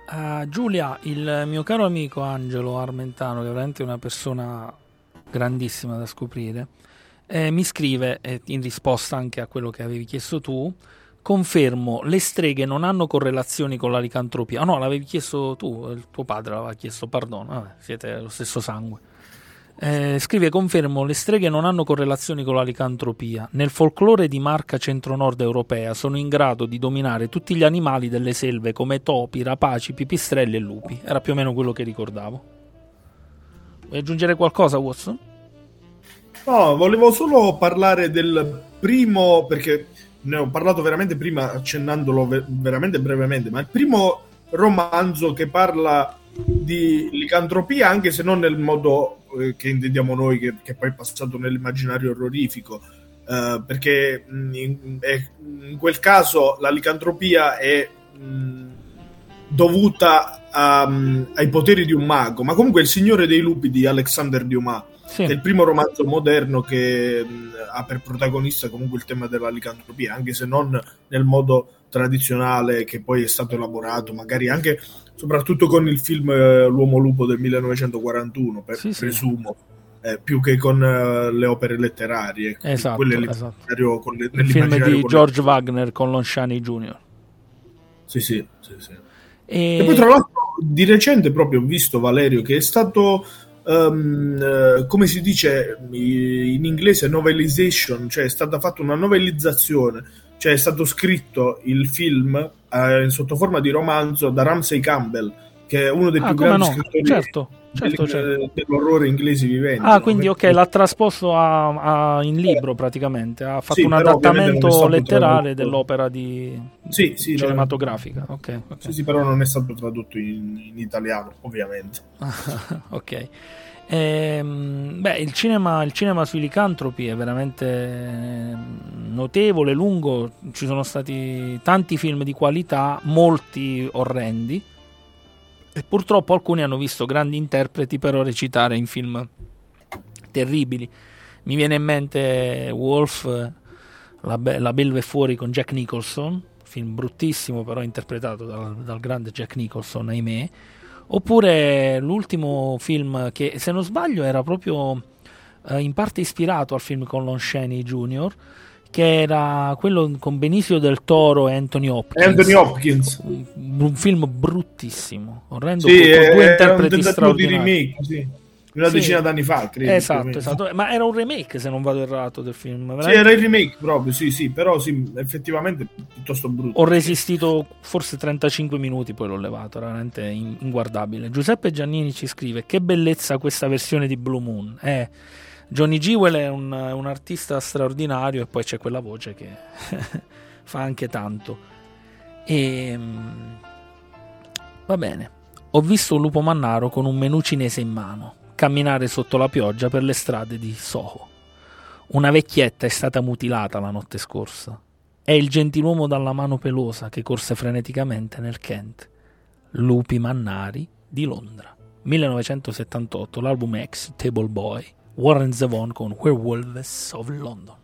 Giulia, il mio caro amico Angelo Armentano, che è veramente una persona grandissima da scoprire, mi scrive, in risposta anche a quello che avevi chiesto tu: confermo, le streghe non hanno correlazioni con la licantropia. No, l'avevi chiesto tu, il tuo padre l'aveva chiesto, perdono, vabbè, siete lo stesso sangue. Scrive: confermo, le streghe non hanno correlazioni con la licantropia. Nel folklore di marca centro-nord europea sono in grado di dominare tutti gli animali delle selve come topi, rapaci, pipistrelli e lupi. Era più o meno quello che ricordavo. Vuoi aggiungere qualcosa, Watson? No, volevo solo parlare del primo, perché ne ho parlato veramente prima, accennandolo veramente brevemente, ma il primo romanzo che parla di licantropia, anche se non nel modo che intendiamo noi, che poi è passato nell'immaginario orrorifico, perché in quel caso la licantropia è dovuta ai poteri di un mago, ma comunque Il Signore dei Lupi di Alexander Dumas, Sì. che è il primo romanzo moderno che ha per protagonista comunque il tema della licantropia, anche se non nel modo tradizionale che poi è stato elaborato, magari anche soprattutto con il film L'Uomo Lupo del 1941, Sì, sì. presumo, più che con le opere letterarie. Esatto, Quelle esatto. Il film nell'immaginario di collettivo. George Wagner con Lon Chaney Jr. Sì. E poi tra l'altro di recente proprio ho visto, Valerio, che è stato come si dice in inglese, novelization, cioè è stata fatta una novellizzazione, cioè è stato scritto il film sotto forma di romanzo da Ramsey Campbell, che è uno dei più grandi scrittori certo. dell'orrore inglesi viventi. Quindi ok, l'ha trasposto in libro praticamente, ha fatto sì, un però ovviamente non è adattamento stato letterale tradotto. dell'opera Sì, cinematografica. Ok. Sì, però non è stato tradotto in italiano, ovviamente. Ok. Il cinema sui licantropi è veramente notevole, lungo. Ci sono stati tanti film di qualità, molti orrendi, e purtroppo alcuni hanno visto grandi interpreti però recitare in film terribili. Mi viene in mente Wolf, La belva è fuori con Jack Nicholson, film bruttissimo però interpretato dal grande Jack Nicholson, ahimè. Oppure l'ultimo film che, se non sbaglio, era proprio in parte ispirato al film con Lon Chaney Jr., che era quello con Benicio del Toro e Anthony Hopkins. Un film bruttissimo, orrendo, con due interpreti straordinari. Di remake, sì. Una decina d'anni fa, credo. Esatto. Ma era un remake, se non vado errato, del film. Veramente. Sì, era il remake proprio, sì, però sì, effettivamente piuttosto brutto. Ho resistito forse 35 minuti, poi l'ho levato, era veramente inguardabile. Giuseppe Giannini ci scrive: che bellezza questa versione di Blue Moon. Johnny Jewel è un artista straordinario, e poi c'è quella voce che fa anche tanto. Va bene. Ho visto un lupo mannaro con un menù cinese in mano camminare sotto la pioggia per le strade di Soho. Una vecchietta è stata mutilata la notte scorsa. È il gentiluomo dalla mano pelosa che corse freneticamente nel Kent. Lupi mannari di Londra. 1978, l'album ex Table Boy, Warren Zevon con Werewolves of London.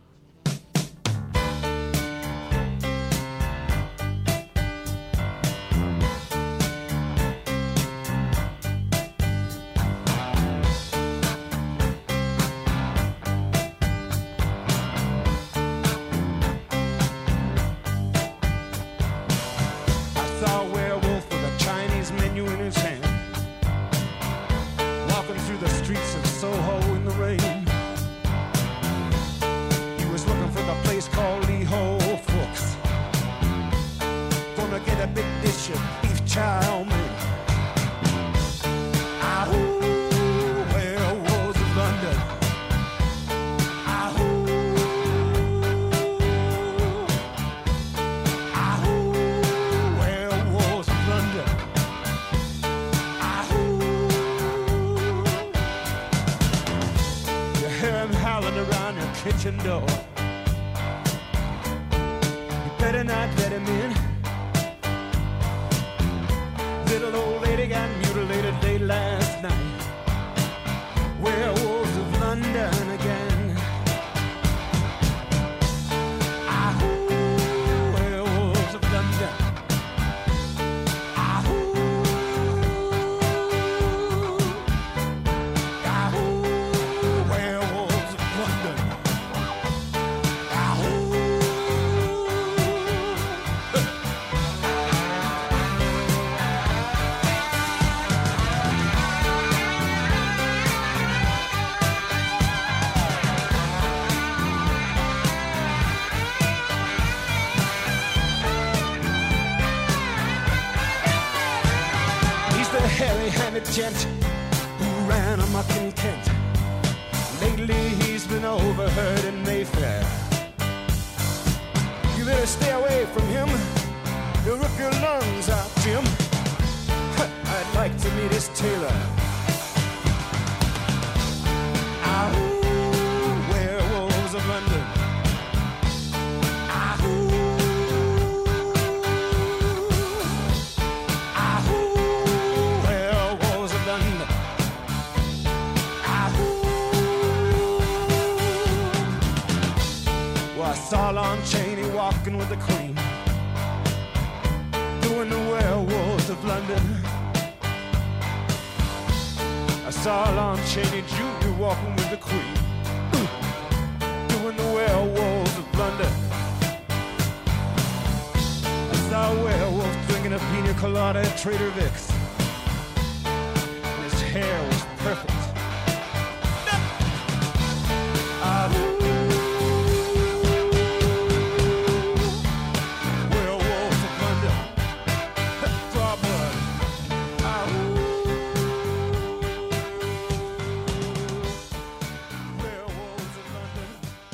Kitchen door. You better not let him in. Little old lady got mutilated late last night. Werewolves of London again. Ahoo, werewolves of London. Ahoo, gent who ran amok in Kent. Lately he's been overheard in Mayfair. You better stay away from him. He'll rip your lungs out, Jim. I'd like to meet his tailor. Ahoo, werewolves of London. Ahoo, ahoo, werewolves of London. Ahoo. Well, I saw Lon Chaney walking with the Queen, doing the werewolves of London. I saw Lon Chaney Jr. walking with the Queen, doing the werewolves of London. I saw a werewolf drinking a pina colada at Trader Vic's, and his hair was perfect. Werewolves of London. Draw blood. Werewolves of London.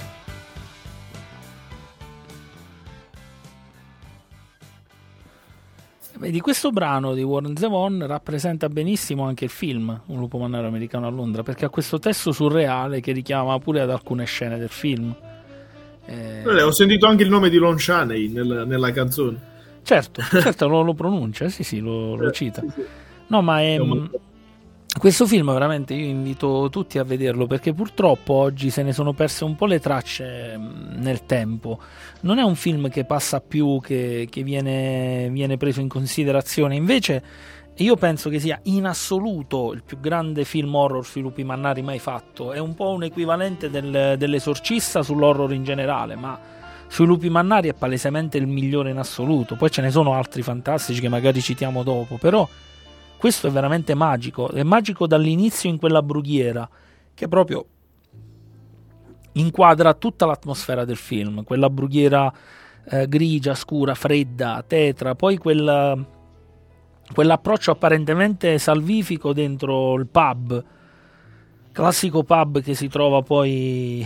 Vedi, questo brano di Warren Zevon rappresenta benissimo anche il film Un lupo mannaro americano a Londra, perché ha questo testo surreale che richiama pure ad alcune scene del film. Ho sentito anche il nome di Lon Chaney nella canzone. Certo, lo pronuncia, sì, lo cita. Sì. No, ma questo film veramente io invito tutti a vederlo, perché purtroppo oggi se ne sono perse un po' le tracce nel tempo. Non è un film che passa più, che viene preso in considerazione. Invece io penso che sia in assoluto il più grande film horror sui lupi mannari mai fatto. È un po' un equivalente dell'Esorcista sull'horror in generale, ma sui lupi mannari è palesemente il migliore in assoluto. Poi ce ne sono altri fantastici che magari citiamo dopo, però questo è veramente magico. È magico dall'inizio in quella brughiera che proprio inquadra tutta l'atmosfera del film, quella brughiera grigia, scura, fredda, tetra, poi quell'approccio apparentemente salvifico dentro il pub, classico pub che si trova poi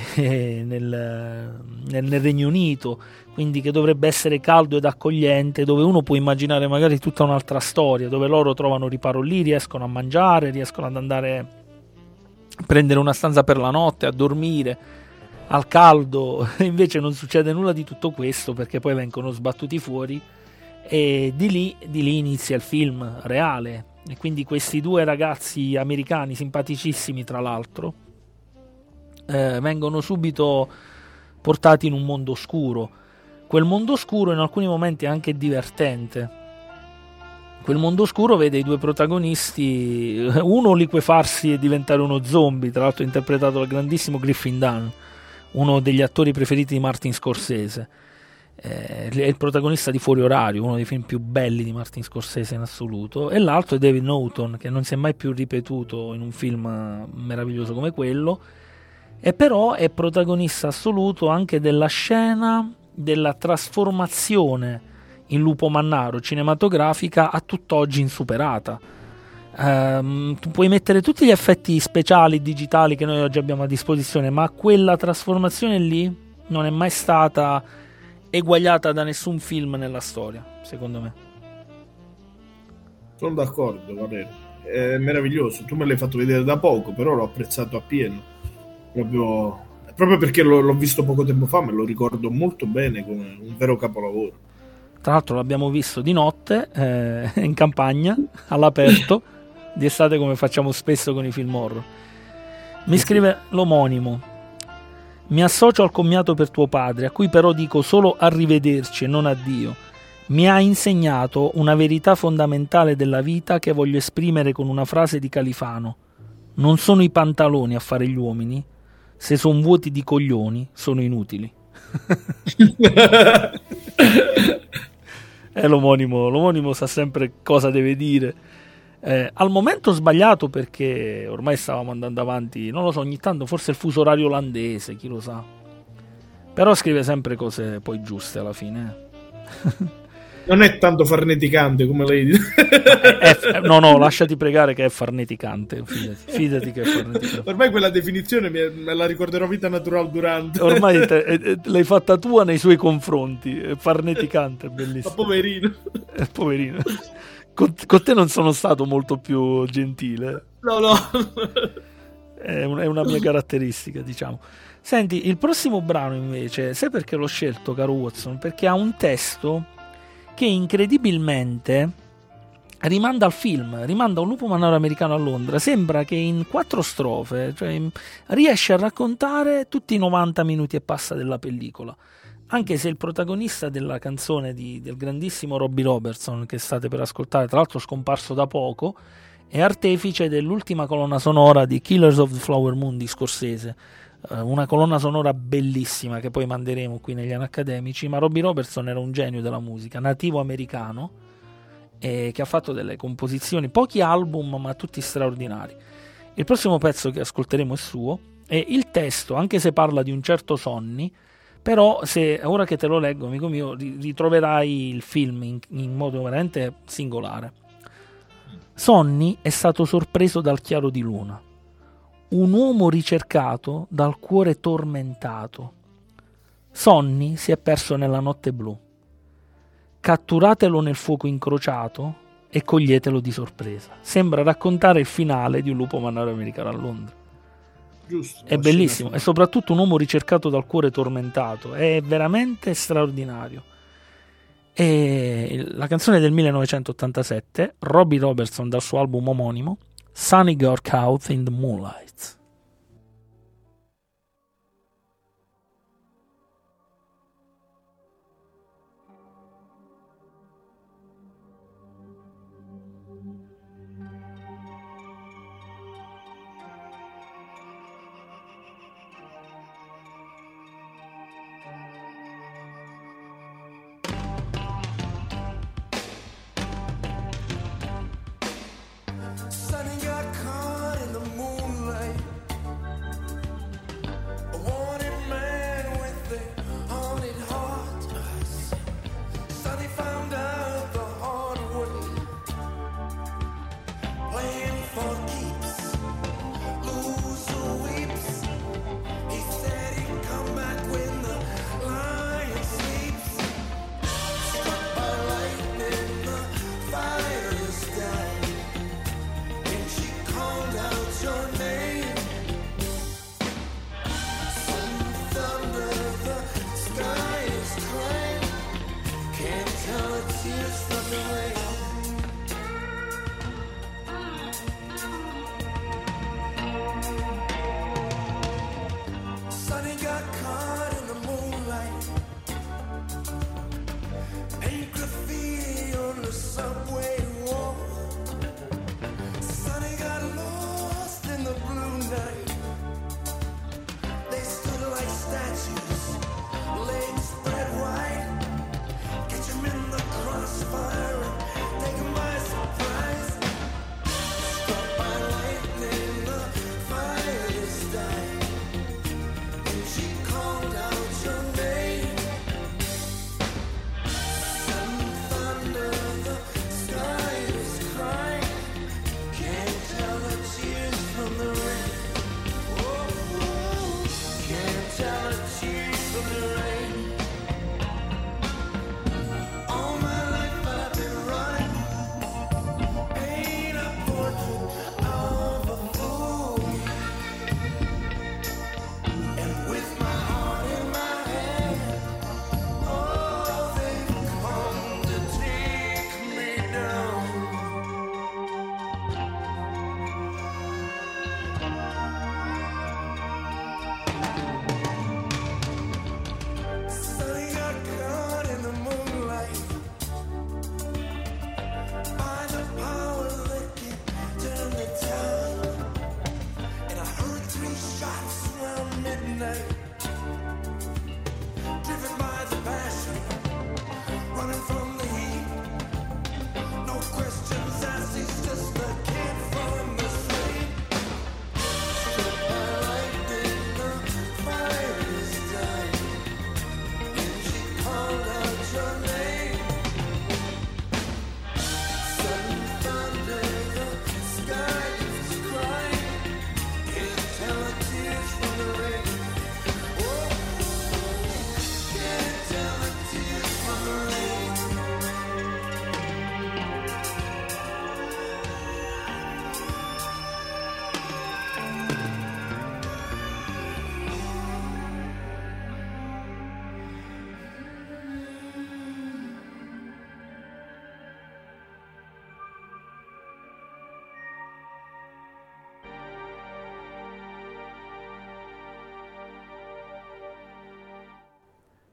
nel Regno Unito, quindi che dovrebbe essere caldo ed accogliente, dove uno può immaginare magari tutta un'altra storia, dove loro trovano riparo lì, riescono a mangiare, riescono ad andare a prendere una stanza per la notte, a dormire al caldo. Invece non succede nulla di tutto questo, perché poi vengono sbattuti fuori e di lì inizia il film reale. E quindi questi due ragazzi americani, simpaticissimi tra l'altro, vengono subito portati in un mondo oscuro. Quel mondo oscuro in alcuni momenti è anche divertente. Quel mondo oscuro vede i due protagonisti, uno liquefarsi e diventare uno zombie, tra l'altro interpretato dal grandissimo Griffin Dunn, uno degli attori preferiti di Martin Scorsese. È il protagonista di Fuori Orario, uno dei film più belli di Martin Scorsese in assoluto, e l'altro è David Norton, che non si è mai più ripetuto in un film meraviglioso come quello, e però è protagonista assoluto anche della scena della trasformazione in lupo mannaro cinematografica a tutt'oggi insuperata. Tu puoi mettere tutti gli effetti speciali digitali che noi oggi abbiamo a disposizione, ma quella trasformazione lì non è mai stata eguagliata da nessun film nella storia, secondo me. Sono d'accordo, Valerio. È meraviglioso. Tu me l'hai fatto vedere da poco, però l'ho apprezzato appieno. Proprio perché l'ho visto poco tempo fa, me lo ricordo molto bene come un vero capolavoro. Tra l'altro l'abbiamo visto di notte, in campagna, all'aperto, di estate, come facciamo spesso con i film horror. Mi scrive l'omonimo: mi associo al commiato per tuo padre, a cui però dico solo arrivederci e non addio. Mi ha insegnato una verità fondamentale della vita che voglio esprimere con una frase di Califano: non sono i pantaloni a fare gli uomini, se sono vuoti di coglioni sono inutili. L'omonimo sa sempre cosa deve dire. Al momento sbagliato, perché ormai stavamo andando avanti, non lo so, ogni tanto forse il fuso orario olandese, chi lo sa, però scrive sempre cose poi giuste alla fine. Non è tanto farneticante come lei dice. No, lasciati pregare che è farneticante, fidati che è farneticante. Ormai quella definizione me la ricorderò vita natural durante. Ormai l'hai fatta tua nei suoi confronti, è farneticante, è bellissimo. Ma poverino. Poverino. Con te non sono stato molto più gentile. No. È una mia caratteristica, diciamo. Senti, il prossimo brano invece, sai perché l'ho scelto, caro Watson? Perché ha un testo che incredibilmente rimanda al film, rimanda a Un lupo mannaro americano a Londra. Sembra che in 4 strofe, cioè, riesce a raccontare tutti i 90 minuti e passa della pellicola. Anche se il protagonista della canzone del grandissimo Robbie Robertson, che state per ascoltare, tra l'altro scomparso da poco, è artefice dell'ultima colonna sonora di Killers of the Flower Moon di Scorsese, una colonna sonora bellissima che poi manderemo qui negli anni accademici. Ma Robbie Robertson era un genio della musica, nativo americano, che ha fatto delle composizioni, pochi album ma tutti straordinari. Il prossimo pezzo che ascolteremo è suo, e il testo, anche se parla di un certo Sonny, però ora che te lo leggo, amico mio, ritroverai il film in modo veramente singolare. Sonny è stato sorpreso dal chiaro di luna, un uomo ricercato dal cuore tormentato. Sonny si è perso nella notte blu. Catturatelo nel fuoco incrociato e coglietelo di sorpresa. Sembra raccontare il finale di Un lupo mannaro americano a Londra. Giusto, è bellissimo, e soprattutto un uomo ricercato dal cuore tormentato, è veramente straordinario. E la canzone del 1987, Robbie Robertson, dal suo album omonimo, Sonny Got Caught in the Moonlight. Sonny got caught in the moonlight. A wanted man with a haunted heart. Sonny found out the hard way. Playing for keeps, loser weeps. He said he'd come back when the lion sleeps. Struck by lightning, the fire is down. Called out your name. Some thunder, the sky is crying. Can't tell the tears from the rain. Sonny got caught in the moonlight. Paint graffiti on the subway wall. Sonny got lost in the blue night. They stood like statues, legs spread wide. Catch him in the crossfire and take him by surprise. Struck by lightning, the fire is dying. And she called out your name. Some thunder, the sky is crying. Can't tell the tears from the rain. Oh, can't tell the tears from the rain. All my life I've been running. Ain't a portrait of a fool. And with my heart in my hand, oh, they've come to take me down. Sonny got caught in the moonlight by the power that can turn the tide. And I heard 3 shots around midnight, driven by the passion, running from the heat. No questions asked, he's just a kid from the street. Struck by lightning, the fire is dying. And she called out your name.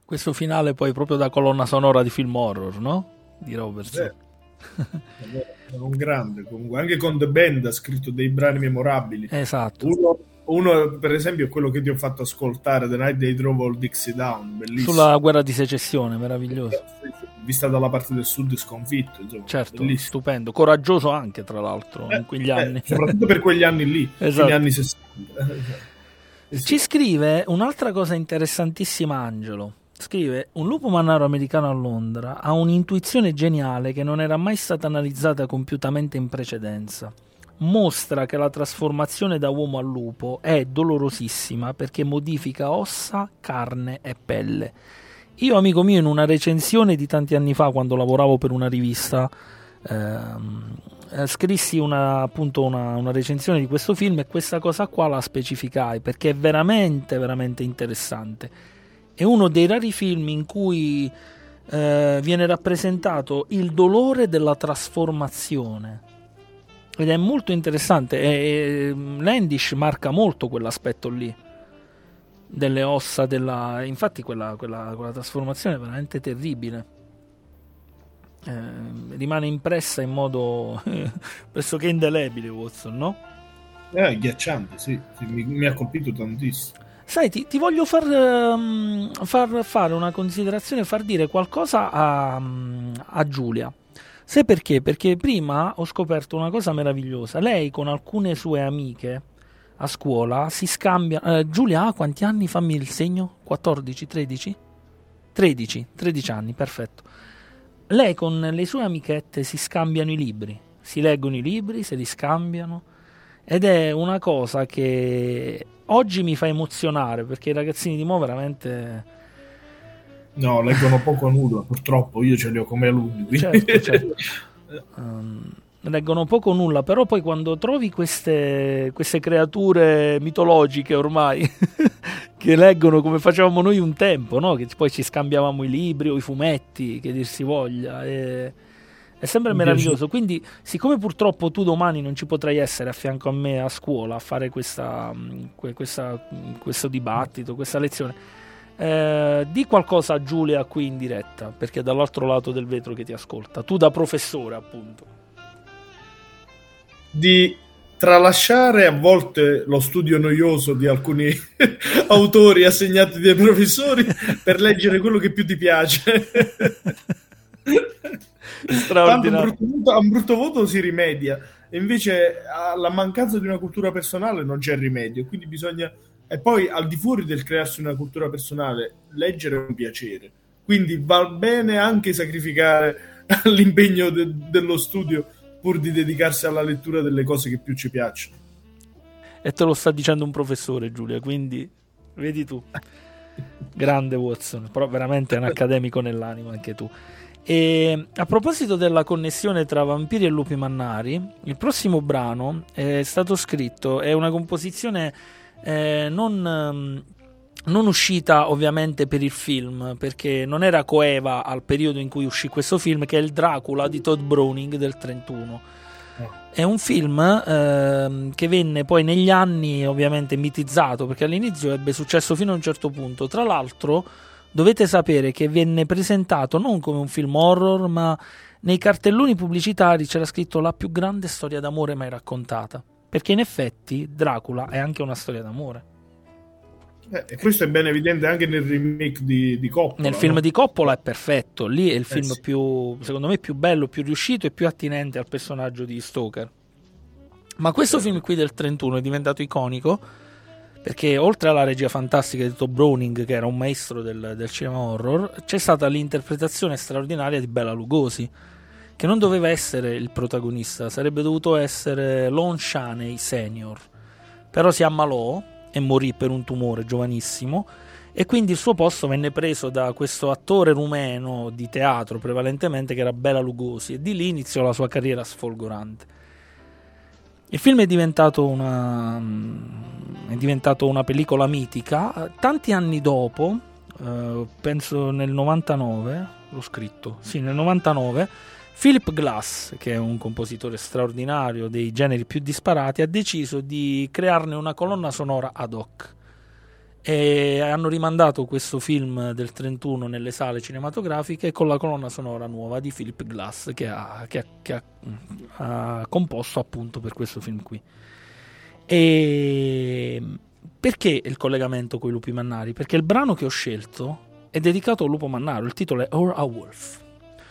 Questo finale poi proprio da colonna sonora di film horror, no? Di Robertson. È un grande, comunque. Anche con The Band ha scritto dei brani memorabili. Esatto. Uno, per esempio, è quello che ti ho fatto ascoltare, The Night They Drove All Dixie Down, bellissimo. Sulla guerra di secessione, meraviglioso. Vista dalla parte del sud sconfitto, insomma, certo, bellissimo. Stupendo, coraggioso anche, tra l'altro, in quegli anni. Soprattutto per quegli anni lì, esatto. Gli anni 60. Ci scrive un'altra cosa interessantissima Angelo. Scrive: un lupo mannaro americano a Londra ha un'intuizione geniale che non era mai stata analizzata compiutamente in precedenza. Mostra che la trasformazione da uomo a lupo è dolorosissima perché modifica ossa, carne e pelle. Io, amico mio, in una recensione di tanti anni fa, quando lavoravo per una rivista, scrissi una recensione di questo film, e questa cosa qua la specificai perché è veramente veramente interessante. È uno dei rari film in cui viene rappresentato il dolore della trasformazione, ed è molto interessante, e Landish marca molto quell'aspetto lì delle ossa infatti quella trasformazione è veramente terribile. Rimane impressa in modo pressoco indelebile, Watson, no? Agghiacciante, sì, mi ha colpito tantissimo. Sai, ti voglio far fare una considerazione, far dire qualcosa a Giulia. Sai perché? Perché prima ho scoperto una cosa meravigliosa. Lei con alcune sue amiche a scuola si scambia. Giulia, quanti anni? Fammi il segno. 14, 13? 13 anni, perfetto. Lei con le sue amichette si scambiano i libri, si leggono i libri, se li scambiano, ed è una cosa che oggi mi fa emozionare, perché i ragazzini di mo' veramente... No, leggono poco o nulla, purtroppo, io ce li ho come alunni. Certo. Leggono poco o nulla, però poi quando trovi queste creature mitologiche ormai che leggono come facevamo noi un tempo, no? Che poi ci scambiavamo i libri o i fumetti, che dir si voglia, è sempre meraviglioso. Quindi, siccome purtroppo tu domani non ci potrai essere a fianco a me a scuola a fare questo dibattito, questa lezione, di qualcosa a Giulia qui in diretta, perché è dall'altro lato del vetro che ti ascolta, tu da professore appunto. Di tralasciare a volte lo studio noioso di alcuni autori assegnati dai professori per leggere quello che più ti piace. Straordinario. Tanto a un brutto voto si rimedia, e invece alla mancanza di una cultura personale non c'è rimedio, quindi bisogna... E poi, al di fuori del crearsi una cultura personale, leggere è un piacere, quindi va bene anche sacrificare l'impegno dello studio pur di dedicarsi alla lettura delle cose che più ci piacciono. E te lo sta dicendo un professore, Giulia, quindi vedi tu. Grande Watson, però veramente è un accademico nell'anima anche tu. E a proposito della connessione tra vampiri e lupi mannari, il prossimo brano è stato scritto, è una composizione non uscita ovviamente per il film, perché non era coeva al periodo in cui uscì questo film, che è il Dracula di Todd Browning del 31. È un film che venne poi negli anni ovviamente mitizzato, perché all'inizio ebbe successo fino a un certo punto. Tra l'altro dovete sapere che venne presentato non come un film horror, ma nei cartelloni pubblicitari c'era scritto la più grande storia d'amore mai raccontata, perché in effetti Dracula è anche una storia d'amore. E questo è ben evidente anche nel remake di Coppola. Nel film di Coppola è perfetto, lì è il film sì. secondo me più bello, più riuscito e più attinente al personaggio di Stoker. Ma questo film qui del 31 è diventato iconico perché oltre alla regia fantastica di Todd Browning, che era un maestro del cinema horror, c'è stata l'interpretazione straordinaria di Bela Lugosi, che non doveva essere il protagonista, sarebbe dovuto essere Lon Chaney Senior, però si ammalò e morì per un tumore giovanissimo, e quindi il suo posto venne preso da questo attore rumeno di teatro prevalentemente, che era Bela Lugosi, e di lì iniziò la sua carriera sfolgorante. Il film è diventato una pellicola mitica. Tanti anni dopo, penso nel 99, l'ho scritto, sì, nel 99, Philip Glass, che è un compositore straordinario dei generi più disparati, ha deciso di crearne una colonna sonora ad hoc. e hanno rimandato questo film del 31 nelle sale cinematografiche con la colonna sonora nuova di Philip Glass che ha composto appunto per questo film qui. E perché il collegamento con i lupi mannari? Perché il brano che ho scelto è dedicato al lupo mannaro, il titolo è Or a Wolf,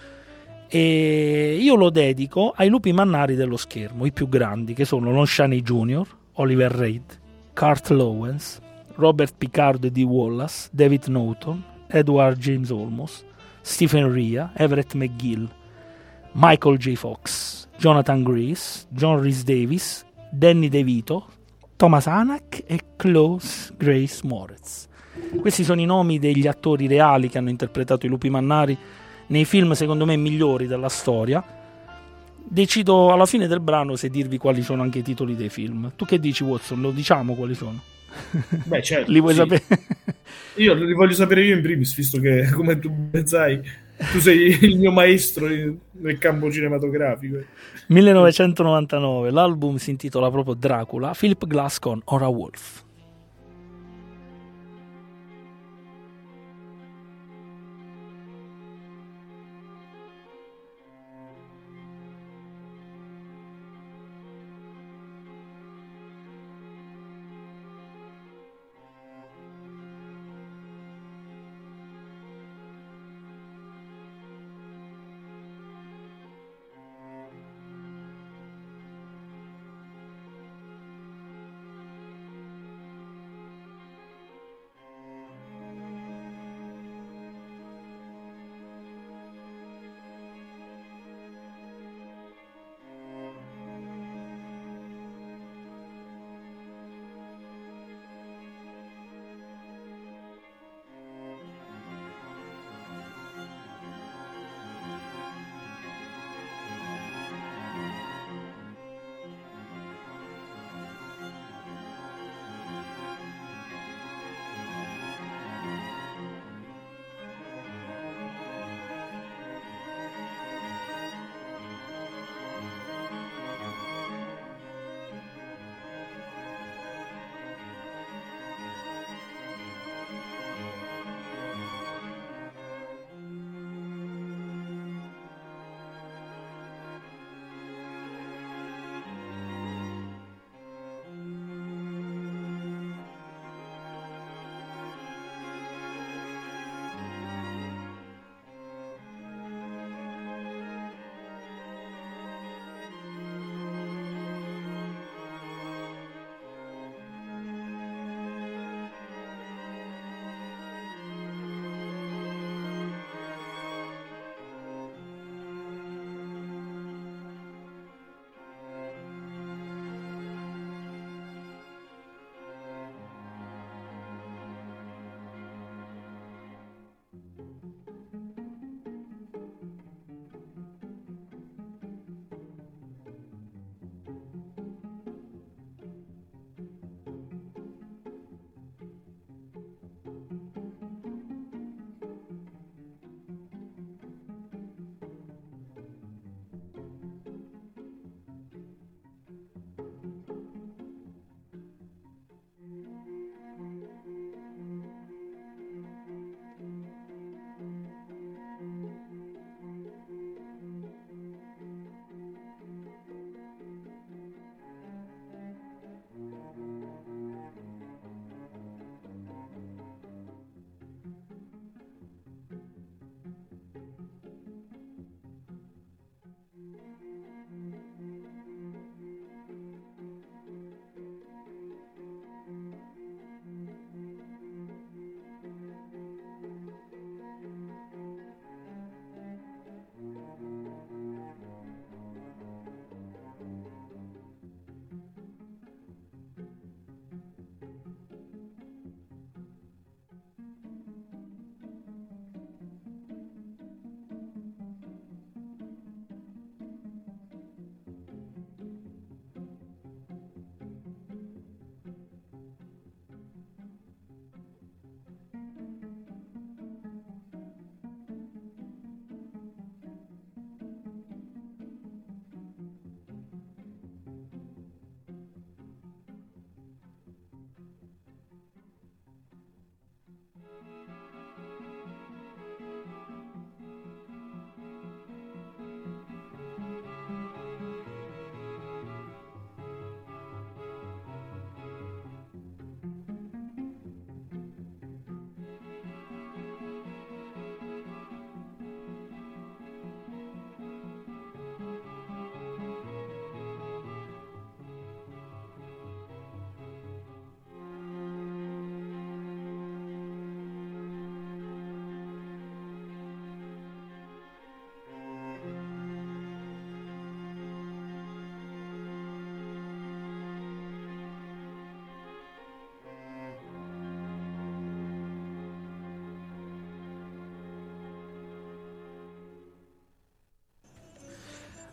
e io lo dedico ai lupi mannari dello schermo, i più grandi, che sono Lon Chaney Jr., Oliver Reed, Kurt Lowens, Robert Picardo e Dee Wallace, David Norton, Edward James Olmos, Stephen Rea, Everett McGill, Michael J. Fox, Jonathan Grace, John Rhys Davis, Danny DeVito, Thomas Hanak e Klaus Grace Moretz. Questi sono i nomi degli attori reali che hanno interpretato i lupi mannari nei film secondo me migliori della storia. Decido alla fine del brano se dirvi quali sono anche i titoli dei film. Tu che dici, Watson? Lo diciamo quali sono? Beh, certo. Li vuoi sì. sapere? Io li voglio sapere io in primis, visto che, come tu ben sai, tu sei il mio maestro nel campo cinematografico. 1999, l'album si intitola proprio Dracula, Philip Glass con Or a Wolf.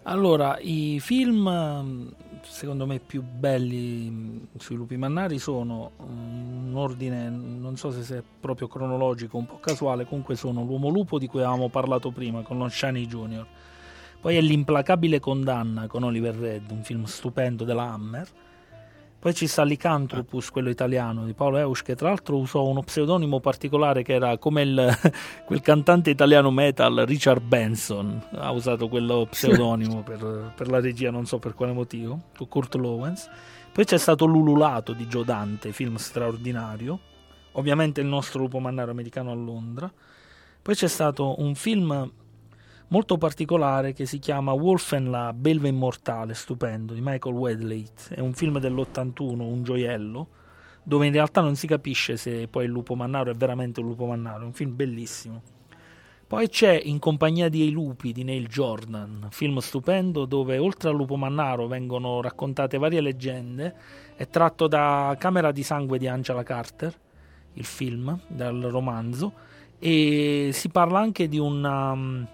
Allora, i film secondo me più belli sui lupi mannari sono un ordine, non so se è proprio cronologico, un po' casuale, comunque sono L'Uomo Lupo di cui avevamo parlato prima con Lon Chaney Jr., poi è L'implacabile condanna con Oliver Reed, un film stupendo della Hammer. Poi ci sta Lycanthropus, quello italiano di Paolo Eusch, che tra l'altro usò uno pseudonimo particolare che era come quel cantante italiano metal Richard Benson, ha usato quello pseudonimo per la regia, non so per quale motivo, con Kurt Lowens. Poi c'è stato L'Ululato di Joe Dante, film straordinario, ovviamente Il nostro lupo mannaro americano a Londra. Poi c'è stato un film molto particolare che si chiama Wolfen la belva immortale, stupendo, di Michael Wedlake. È un film dell'81, un gioiello, dove in realtà non si capisce se poi il lupo mannaro è veramente un lupo mannaro. È un film bellissimo. Poi c'è In compagnia dei lupi di Neil Jordan, film stupendo dove oltre al lupo mannaro vengono raccontate varie leggende. È tratto da Camera di sangue di Angela Carter, il film, dal romanzo, e si parla anche di un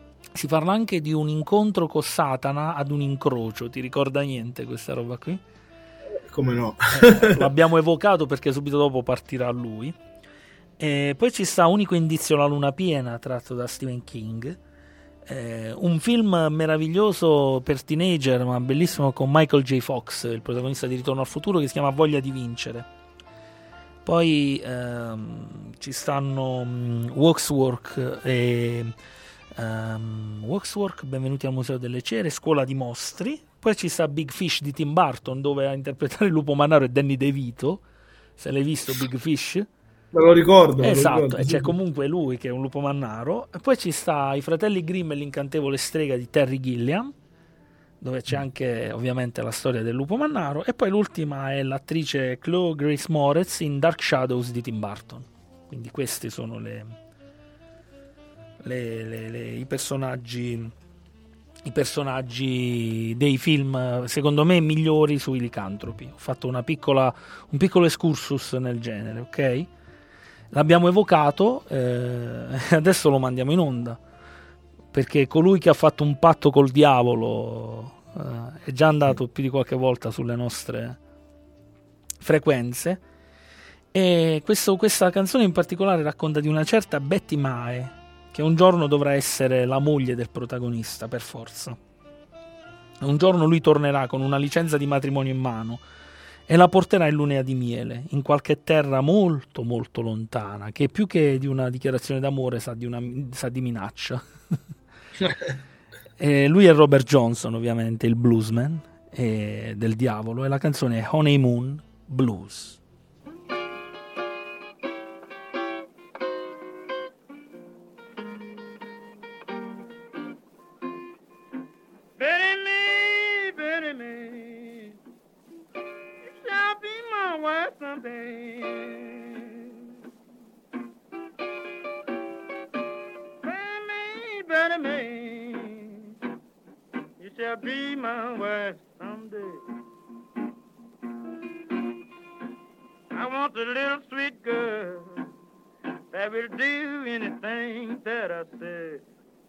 incontro con Satana ad un incrocio. Ti ricorda niente questa roba qui? Come no? L'abbiamo evocato perché subito dopo partirà lui. E poi ci sta Unico indizio la luna piena, tratto da Stephen King, un film meraviglioso per teenager ma bellissimo con Michael J. Fox, il protagonista di Ritorno al futuro, che si chiama Voglia di vincere. Poi ci stanno Waxwork e Waxwork, Benvenuti al Museo delle Cere, Scuola di mostri. Poi ci sta Big Fish di Tim Burton, dove a interpretare il lupo mannaro è Danny DeVito, se l'hai visto Big Fish. Me lo ricordo. Esatto, e c'è comunque lui che è un lupo mannaro. E poi ci sta I fratelli Grimm e l'incantevole strega di Terry Gilliam, dove c'è anche ovviamente la storia del lupo mannaro. E poi l'ultima è l'attrice Chloe Grace Moretz in Dark Shadows di Tim Burton. Quindi questi sono i personaggi dei film secondo me migliori sui licantropi. Ho fatto un piccolo excursus nel genere, ok? L'abbiamo evocato, adesso lo mandiamo in onda perché colui che ha fatto un patto col diavolo è già andato più di qualche volta sulle nostre frequenze, e questa canzone in particolare racconta di una certa Betty Mae che un giorno dovrà essere la moglie del protagonista per forza. Un giorno lui tornerà con una licenza di matrimonio in mano e la porterà in lunea di miele in qualche terra molto molto lontana, che più che di una dichiarazione d'amore sa di minaccia. E lui è Robert Johnson, ovviamente il bluesman del diavolo, e la canzone è Honeymoon Blues. Be my wife someday. I want a little sweet girl that will do anything that I say.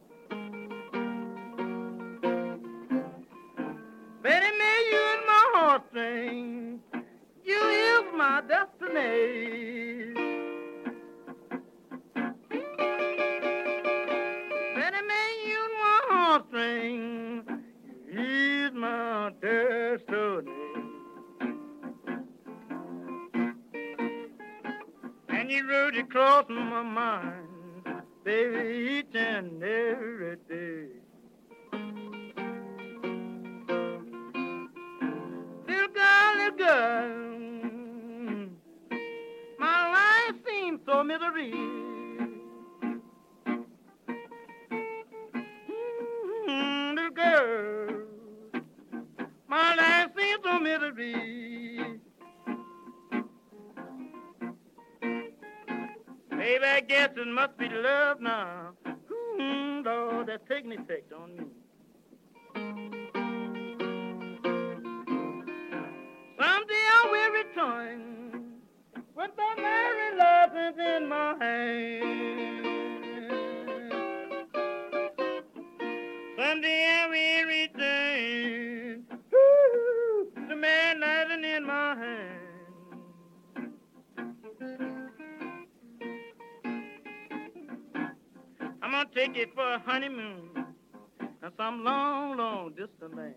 Betty May, you is my heartstring, you is my destiny. Betty May, you is my heartstring, he's my destiny. And you wrote it across my mind, baby, each and every day. Little girl, my life seems so misery. Little girl, my life seems so misery. Baby, I guess it must be love now. Lord, that's taking effect on me. Someday I will return with the merry love in my hand. Someday I will return take you for a honeymoon in some long, long distant land.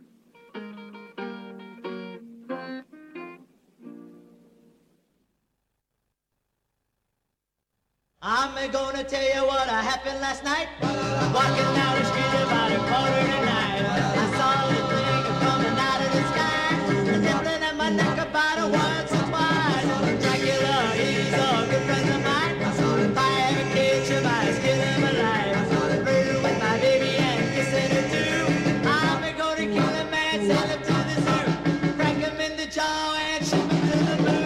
I'm gonna tell you what happened last night. Walking down the street about 8:45. I saw the thing coming out of the sky, nibbling at my neck about a once or twice. Dracula, he's a good friend of mine. If I ever catch him, I skin him alive. Flirting with my baby and kissing her too. I'm gonna kill him and sell him to the zoo. Crack him in the jaw and ship him to the moon.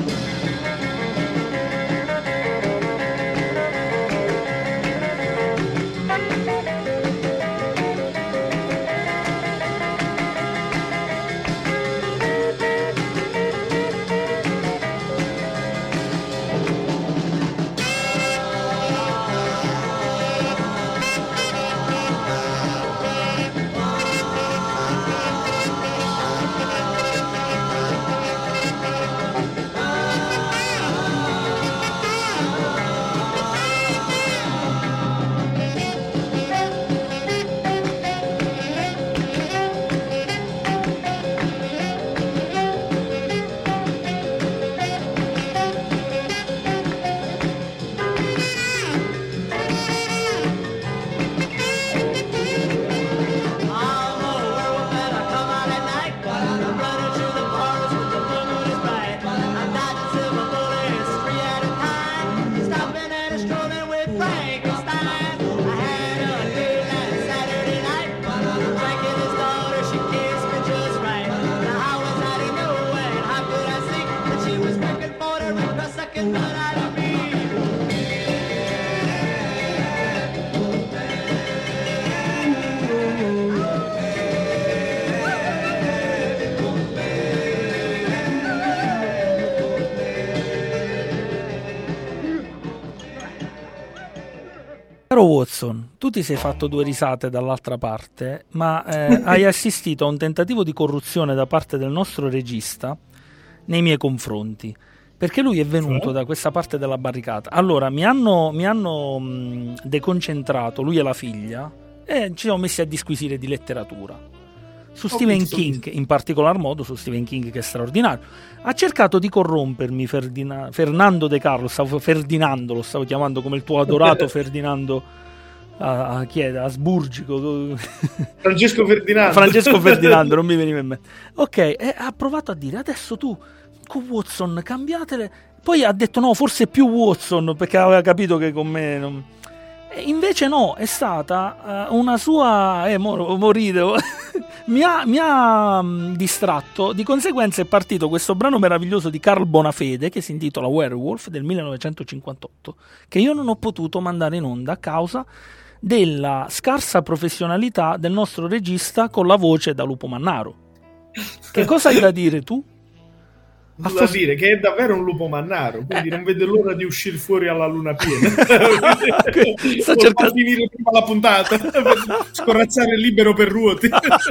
Caro Watson, tu ti sei fatto due risate dall'altra parte, ma hai assistito a un tentativo di corruzione da parte del nostro regista nei miei confronti, perché lui è venuto da questa parte della barricata. Allora, mi hanno deconcentrato, lui e la figlia, e ci siamo messi a disquisire di letteratura. Su Stephen King, in particolar modo su Stephen King, che è straordinario. Ha cercato di corrompermi Fernando De Carlo, Ferdinando lo stavo chiamando, come il tuo adorato Ferdinando Asburgico. Francesco Ferdinando, non mi veniva in mente. Ok, e ha provato a dire: adesso tu con Watson cambiatele. Poi ha detto no, forse più Watson, perché aveva capito che con me non... E invece no, è stata una sua... morito. mi ha distratto. Di conseguenza è partito questo brano meraviglioso di Carl Bonafede che si intitola Werewolf del 1958, che io non ho potuto mandare in onda a causa della scarsa professionalità del nostro regista con la voce da lupo mannaro. Che cosa hai da dire tu? Da dire che è davvero un lupo mannaro, quindi non vede l'ora di uscire fuori alla luna piena. Sta cercando di finire prima la puntata per scorazzare libero per ruoti.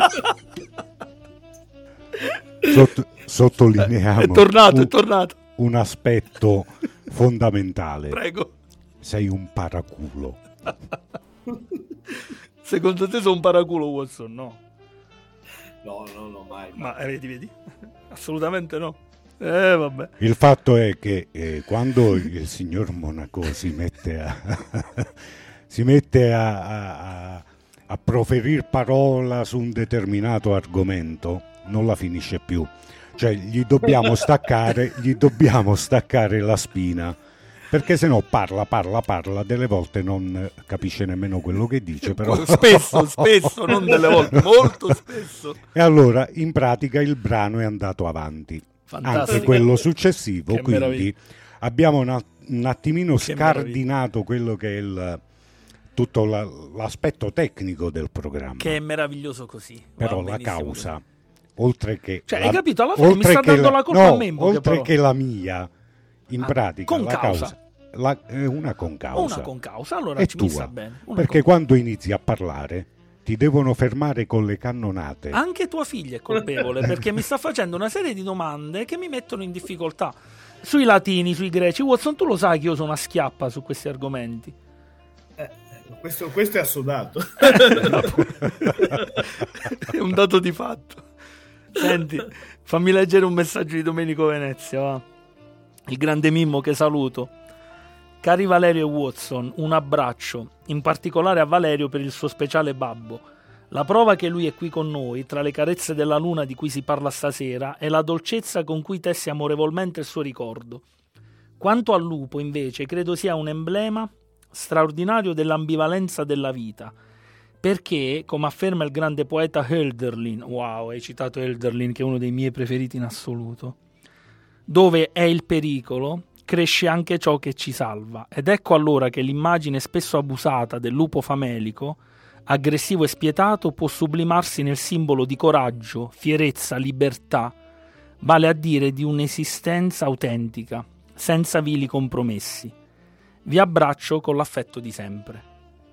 Sottolineiamo è tornato un aspetto fondamentale. Prego. Sei un paraculo. Secondo te sono un paraculo, Watson? No, mai. Ma vedi? Assolutamente no. Vabbè. Il fatto è che quando il signor Monaco si mette a proferir parola su un determinato argomento, non la finisce più. Cioè gli dobbiamo staccare la spina, perché se no parla, delle volte non capisce nemmeno quello che dice, però spesso, non delle volte, molto spesso. E allora in pratica il brano è andato avanti. Fantastico. Anche quello successivo, Che quindi meraviglia. abbiamo un attimino Che scardinato quello che è tutto l'aspetto tecnico del programma. Che è meraviglioso così. Però Va la benissimo causa, così. oltre che... Cioè, hai capito? Alla fine mi sta dando la colpa a me. Oltre che la mia, in pratica, con la causa. è una concausa. Una concausa, allora è mi tua, sta bene. perché quando inizi a parlare ti devono fermare con le cannonate. Anche tua figlia è colpevole, perché mi sta facendo una serie di domande che mi mettono in difficoltà. Sui latini, sui greci. Watson, tu lo sai che io sono una schiappa su questi argomenti. Questo è assodato. È un dato di fatto. Senti, fammi leggere un messaggio di Domenico Venezia, va. Il grande Mimmo che saluto. Cari Valerio e Watson, un abbraccio, in particolare a Valerio per il suo speciale babbo. La prova che lui è qui con noi, tra le carezze della luna di cui si parla stasera, è la dolcezza con cui tesse amorevolmente il suo ricordo. Quanto al lupo, invece, credo sia un emblema straordinario dell'ambivalenza della vita, perché, come afferma il grande poeta Hölderlin, wow, hai citato Hölderlin che è uno dei miei preferiti in assoluto, dove è il pericolo, cresce anche ciò che ci salva, ed ecco allora che l'immagine spesso abusata del lupo famelico, aggressivo e spietato, può sublimarsi nel simbolo di coraggio, fierezza, libertà, vale a dire di un'esistenza autentica, senza vili compromessi. Vi abbraccio con l'affetto di sempre.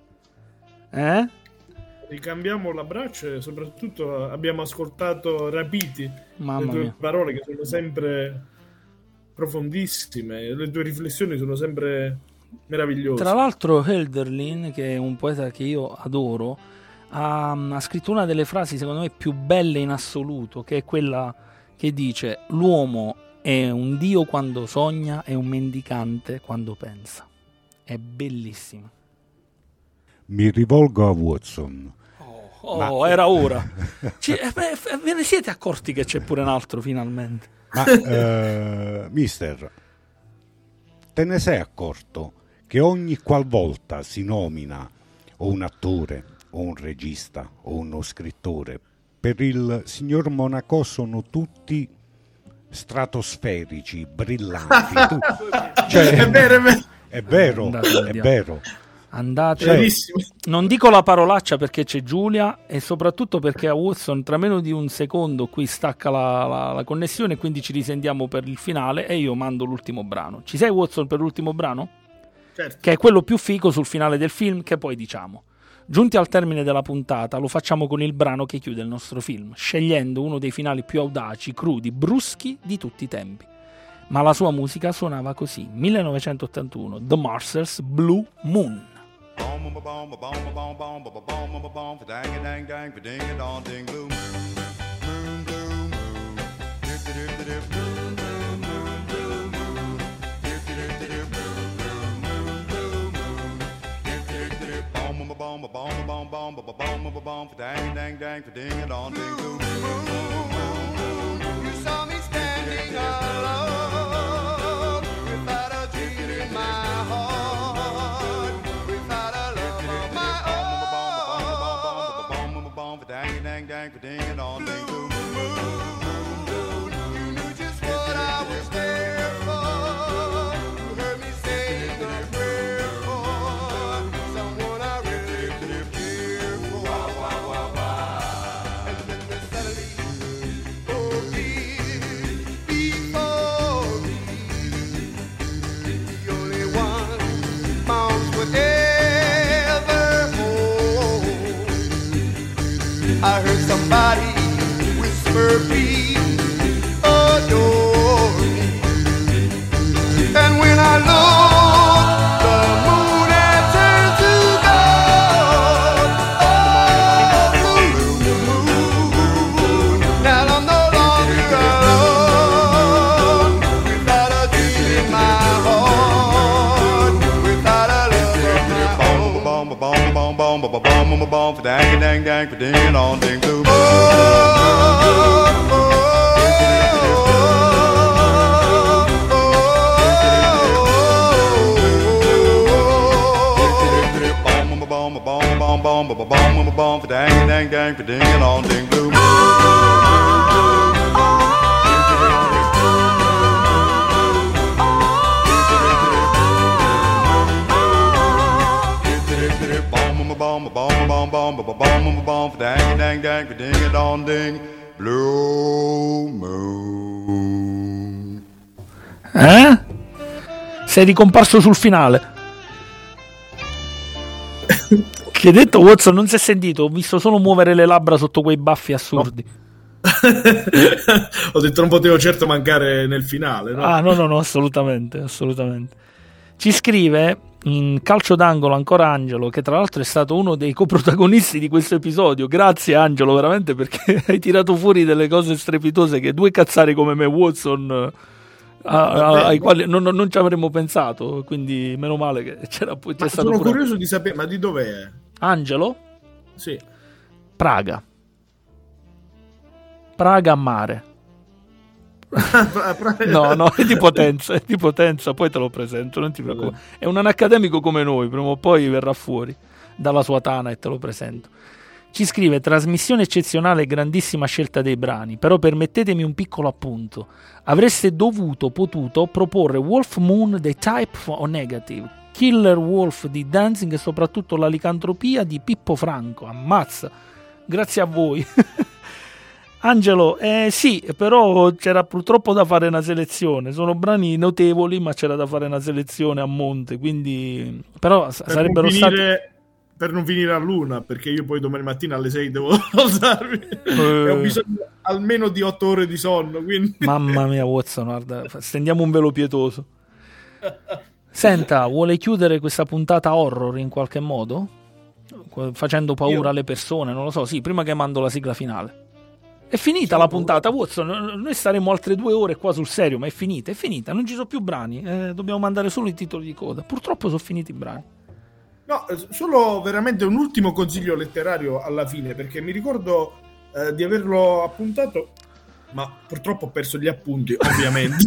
Ricambiamo l'abbraccio e soprattutto abbiamo ascoltato rapiti Mamma le tue mia. parole che sono sempre profondissime, le tue riflessioni sono sempre meravigliose. Tra l'altro Hölderlin, che è un poeta che io adoro, ha scritto una delle frasi secondo me più belle in assoluto, che è quella che dice: l'uomo è un dio quando sogna e un mendicante quando pensa. È bellissimo. Mi rivolgo a Watson. Oh, era ora. Ve ne siete accorti che c'è pure un altro finalmente? Ma mister, te ne sei accorto che ogni qualvolta si nomina o un attore o un regista o uno scrittore, per il signor Monaco sono tutti stratosferici, brillanti, cioè, è vero. Andate, non dico la parolaccia perché c'è Giulia e soprattutto perché a Watson tra meno di un secondo qui stacca la connessione, quindi ci risentiamo per il finale e io mando l'ultimo brano. Ci sei, Watson, per l'ultimo brano? Certo. Che è quello più figo sul finale del film, che poi diciamo. Giunti al termine della puntata lo facciamo con il brano che chiude il nostro film, scegliendo uno dei finali più audaci, crudi, bruschi di tutti i tempi. Ma la sua musica suonava così: 1981, The Marcers, Blue Moon. You saw me standing alone, without a dream in my heart, without a love of my own. You knew just what I was there for. You heard me saying a prayer for someone I really did care for. And then the suddenly I heard somebody whisper, please adore me. And when I looked, the moon had turned to gold. Oh, the moon. Now I'm no longer alone, without a dream in my heart, without a love of my Blue moon. Sei ricomparso sul finale. Che hai detto, Watson? Non si è sentito, ho visto solo muovere le labbra sotto quei baffi assurdi. Ho detto non potevo certo mancare nel finale, no? No, assolutamente. Ci scrive In calcio d'angolo ancora Angelo, che tra l'altro è stato uno dei coprotagonisti di questo episodio. Grazie Angelo, veramente, perché hai tirato fuori delle cose strepitose che due cazzari come me, Watson, ai quali non ci avremmo pensato, quindi meno male che c'è stato. Sono curioso di sapere, ma di dov'è Angelo? Sì. Praga a mare. No, è di Potenza, poi te lo presento, non ti preoccupare. È un accademico come noi, prima o poi verrà fuori dalla sua tana e te lo presento. Ci scrive: trasmissione eccezionale e grandissima scelta dei brani, però permettetemi un piccolo appunto. Avreste potuto proporre Wolf Moon dei Type O Negative, Killer Wolf di Danzig e soprattutto La licantropia di Pippo Franco. Ammazza, grazie a voi. Angelo, sì, però c'era purtroppo da fare una selezione. Sono brani notevoli, ma c'era da fare una selezione a monte, quindi però sarebbero stati per non finire a luna, perché io poi domani mattina alle 6 devo alzarmi e ho bisogno almeno di 8 ore di sonno, quindi... Mamma mia, Watson, guarda, stendiamo un velo pietoso. Senta, vuole chiudere questa puntata horror in qualche modo? Facendo paura alle persone, non lo so, sì, prima che mando la sigla finale. È finita la puntata, Watson, noi staremo altre 2 ore qua sul serio, ma è finita, non ci sono più brani, dobbiamo mandare solo i titoli di coda. Purtroppo sono finiti i brani. No, solo veramente un ultimo consiglio letterario alla fine, perché mi ricordo di averlo appuntato, ma purtroppo ho perso gli appunti, ovviamente.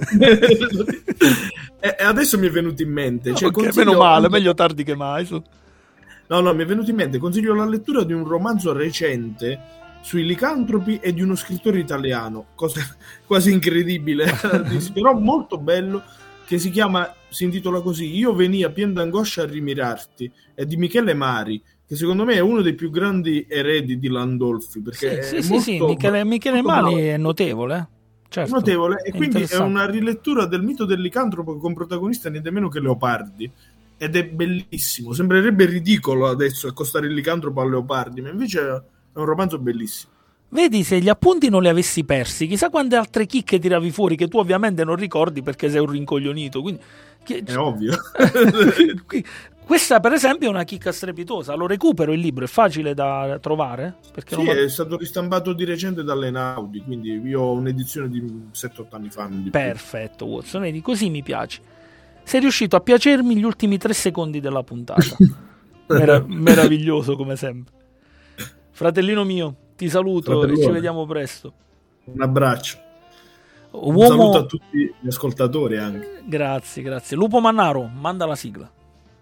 e adesso mi è venuto in mente. Cioè, okay, meno male, meglio tardi che mai. No, mi è venuto in mente, consiglio la lettura di un romanzo recente sui licantropi e di uno scrittore italiano, cosa quasi incredibile, però molto bello, che si intitola così: Io venia pien d'angoscia a rimirarti, è di Michele Mari, che secondo me è uno dei più grandi eredi di Landolfi, perché sì, Michele Mari è notevole, certo, notevole, e quindi è una rilettura del mito del licantropo con protagonista niente meno che Leopardi, ed è bellissimo. Sembrerebbe ridicolo adesso accostare il licantropo a Leopardi, ma invece è un romanzo bellissimo. Vedi, se gli appunti non li avessi persi, chissà quante altre chicche tiravi fuori che tu ovviamente non ricordi perché sei un rincoglionito. Quindi, è ovvio. Questa per esempio è una chicca strepitosa. Lo recupero il libro, è facile da trovare? Perché sì, è stato ristampato di recente dall'Einaudi, quindi io ho un'edizione di 7-8 anni fa. Perfetto, Watson, vedi, così mi piace. Sei riuscito a piacermi gli ultimi 3 secondi della puntata. Meraviglioso come sempre. Fratellino mio, ti saluto e ci vediamo presto. Un abbraccio. Un saluto a tutti gli ascoltatori anche. Grazie. Lupo Mannaro, manda la sigla.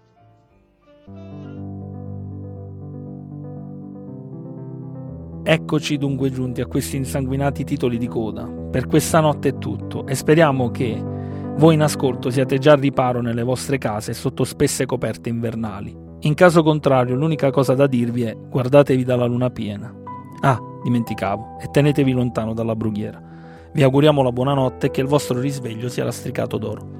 Eccoci dunque giunti a questi insanguinati titoli di coda. Per questa notte è tutto e speriamo che voi in ascolto siate già al riparo nelle vostre case sotto spesse coperte invernali. In caso contrario, l'unica cosa da dirvi è: guardatevi dalla luna piena. Ah, dimenticavo, e tenetevi lontano dalla brughiera. Vi auguriamo la buonanotte e che il vostro risveglio sia lastricato d'oro.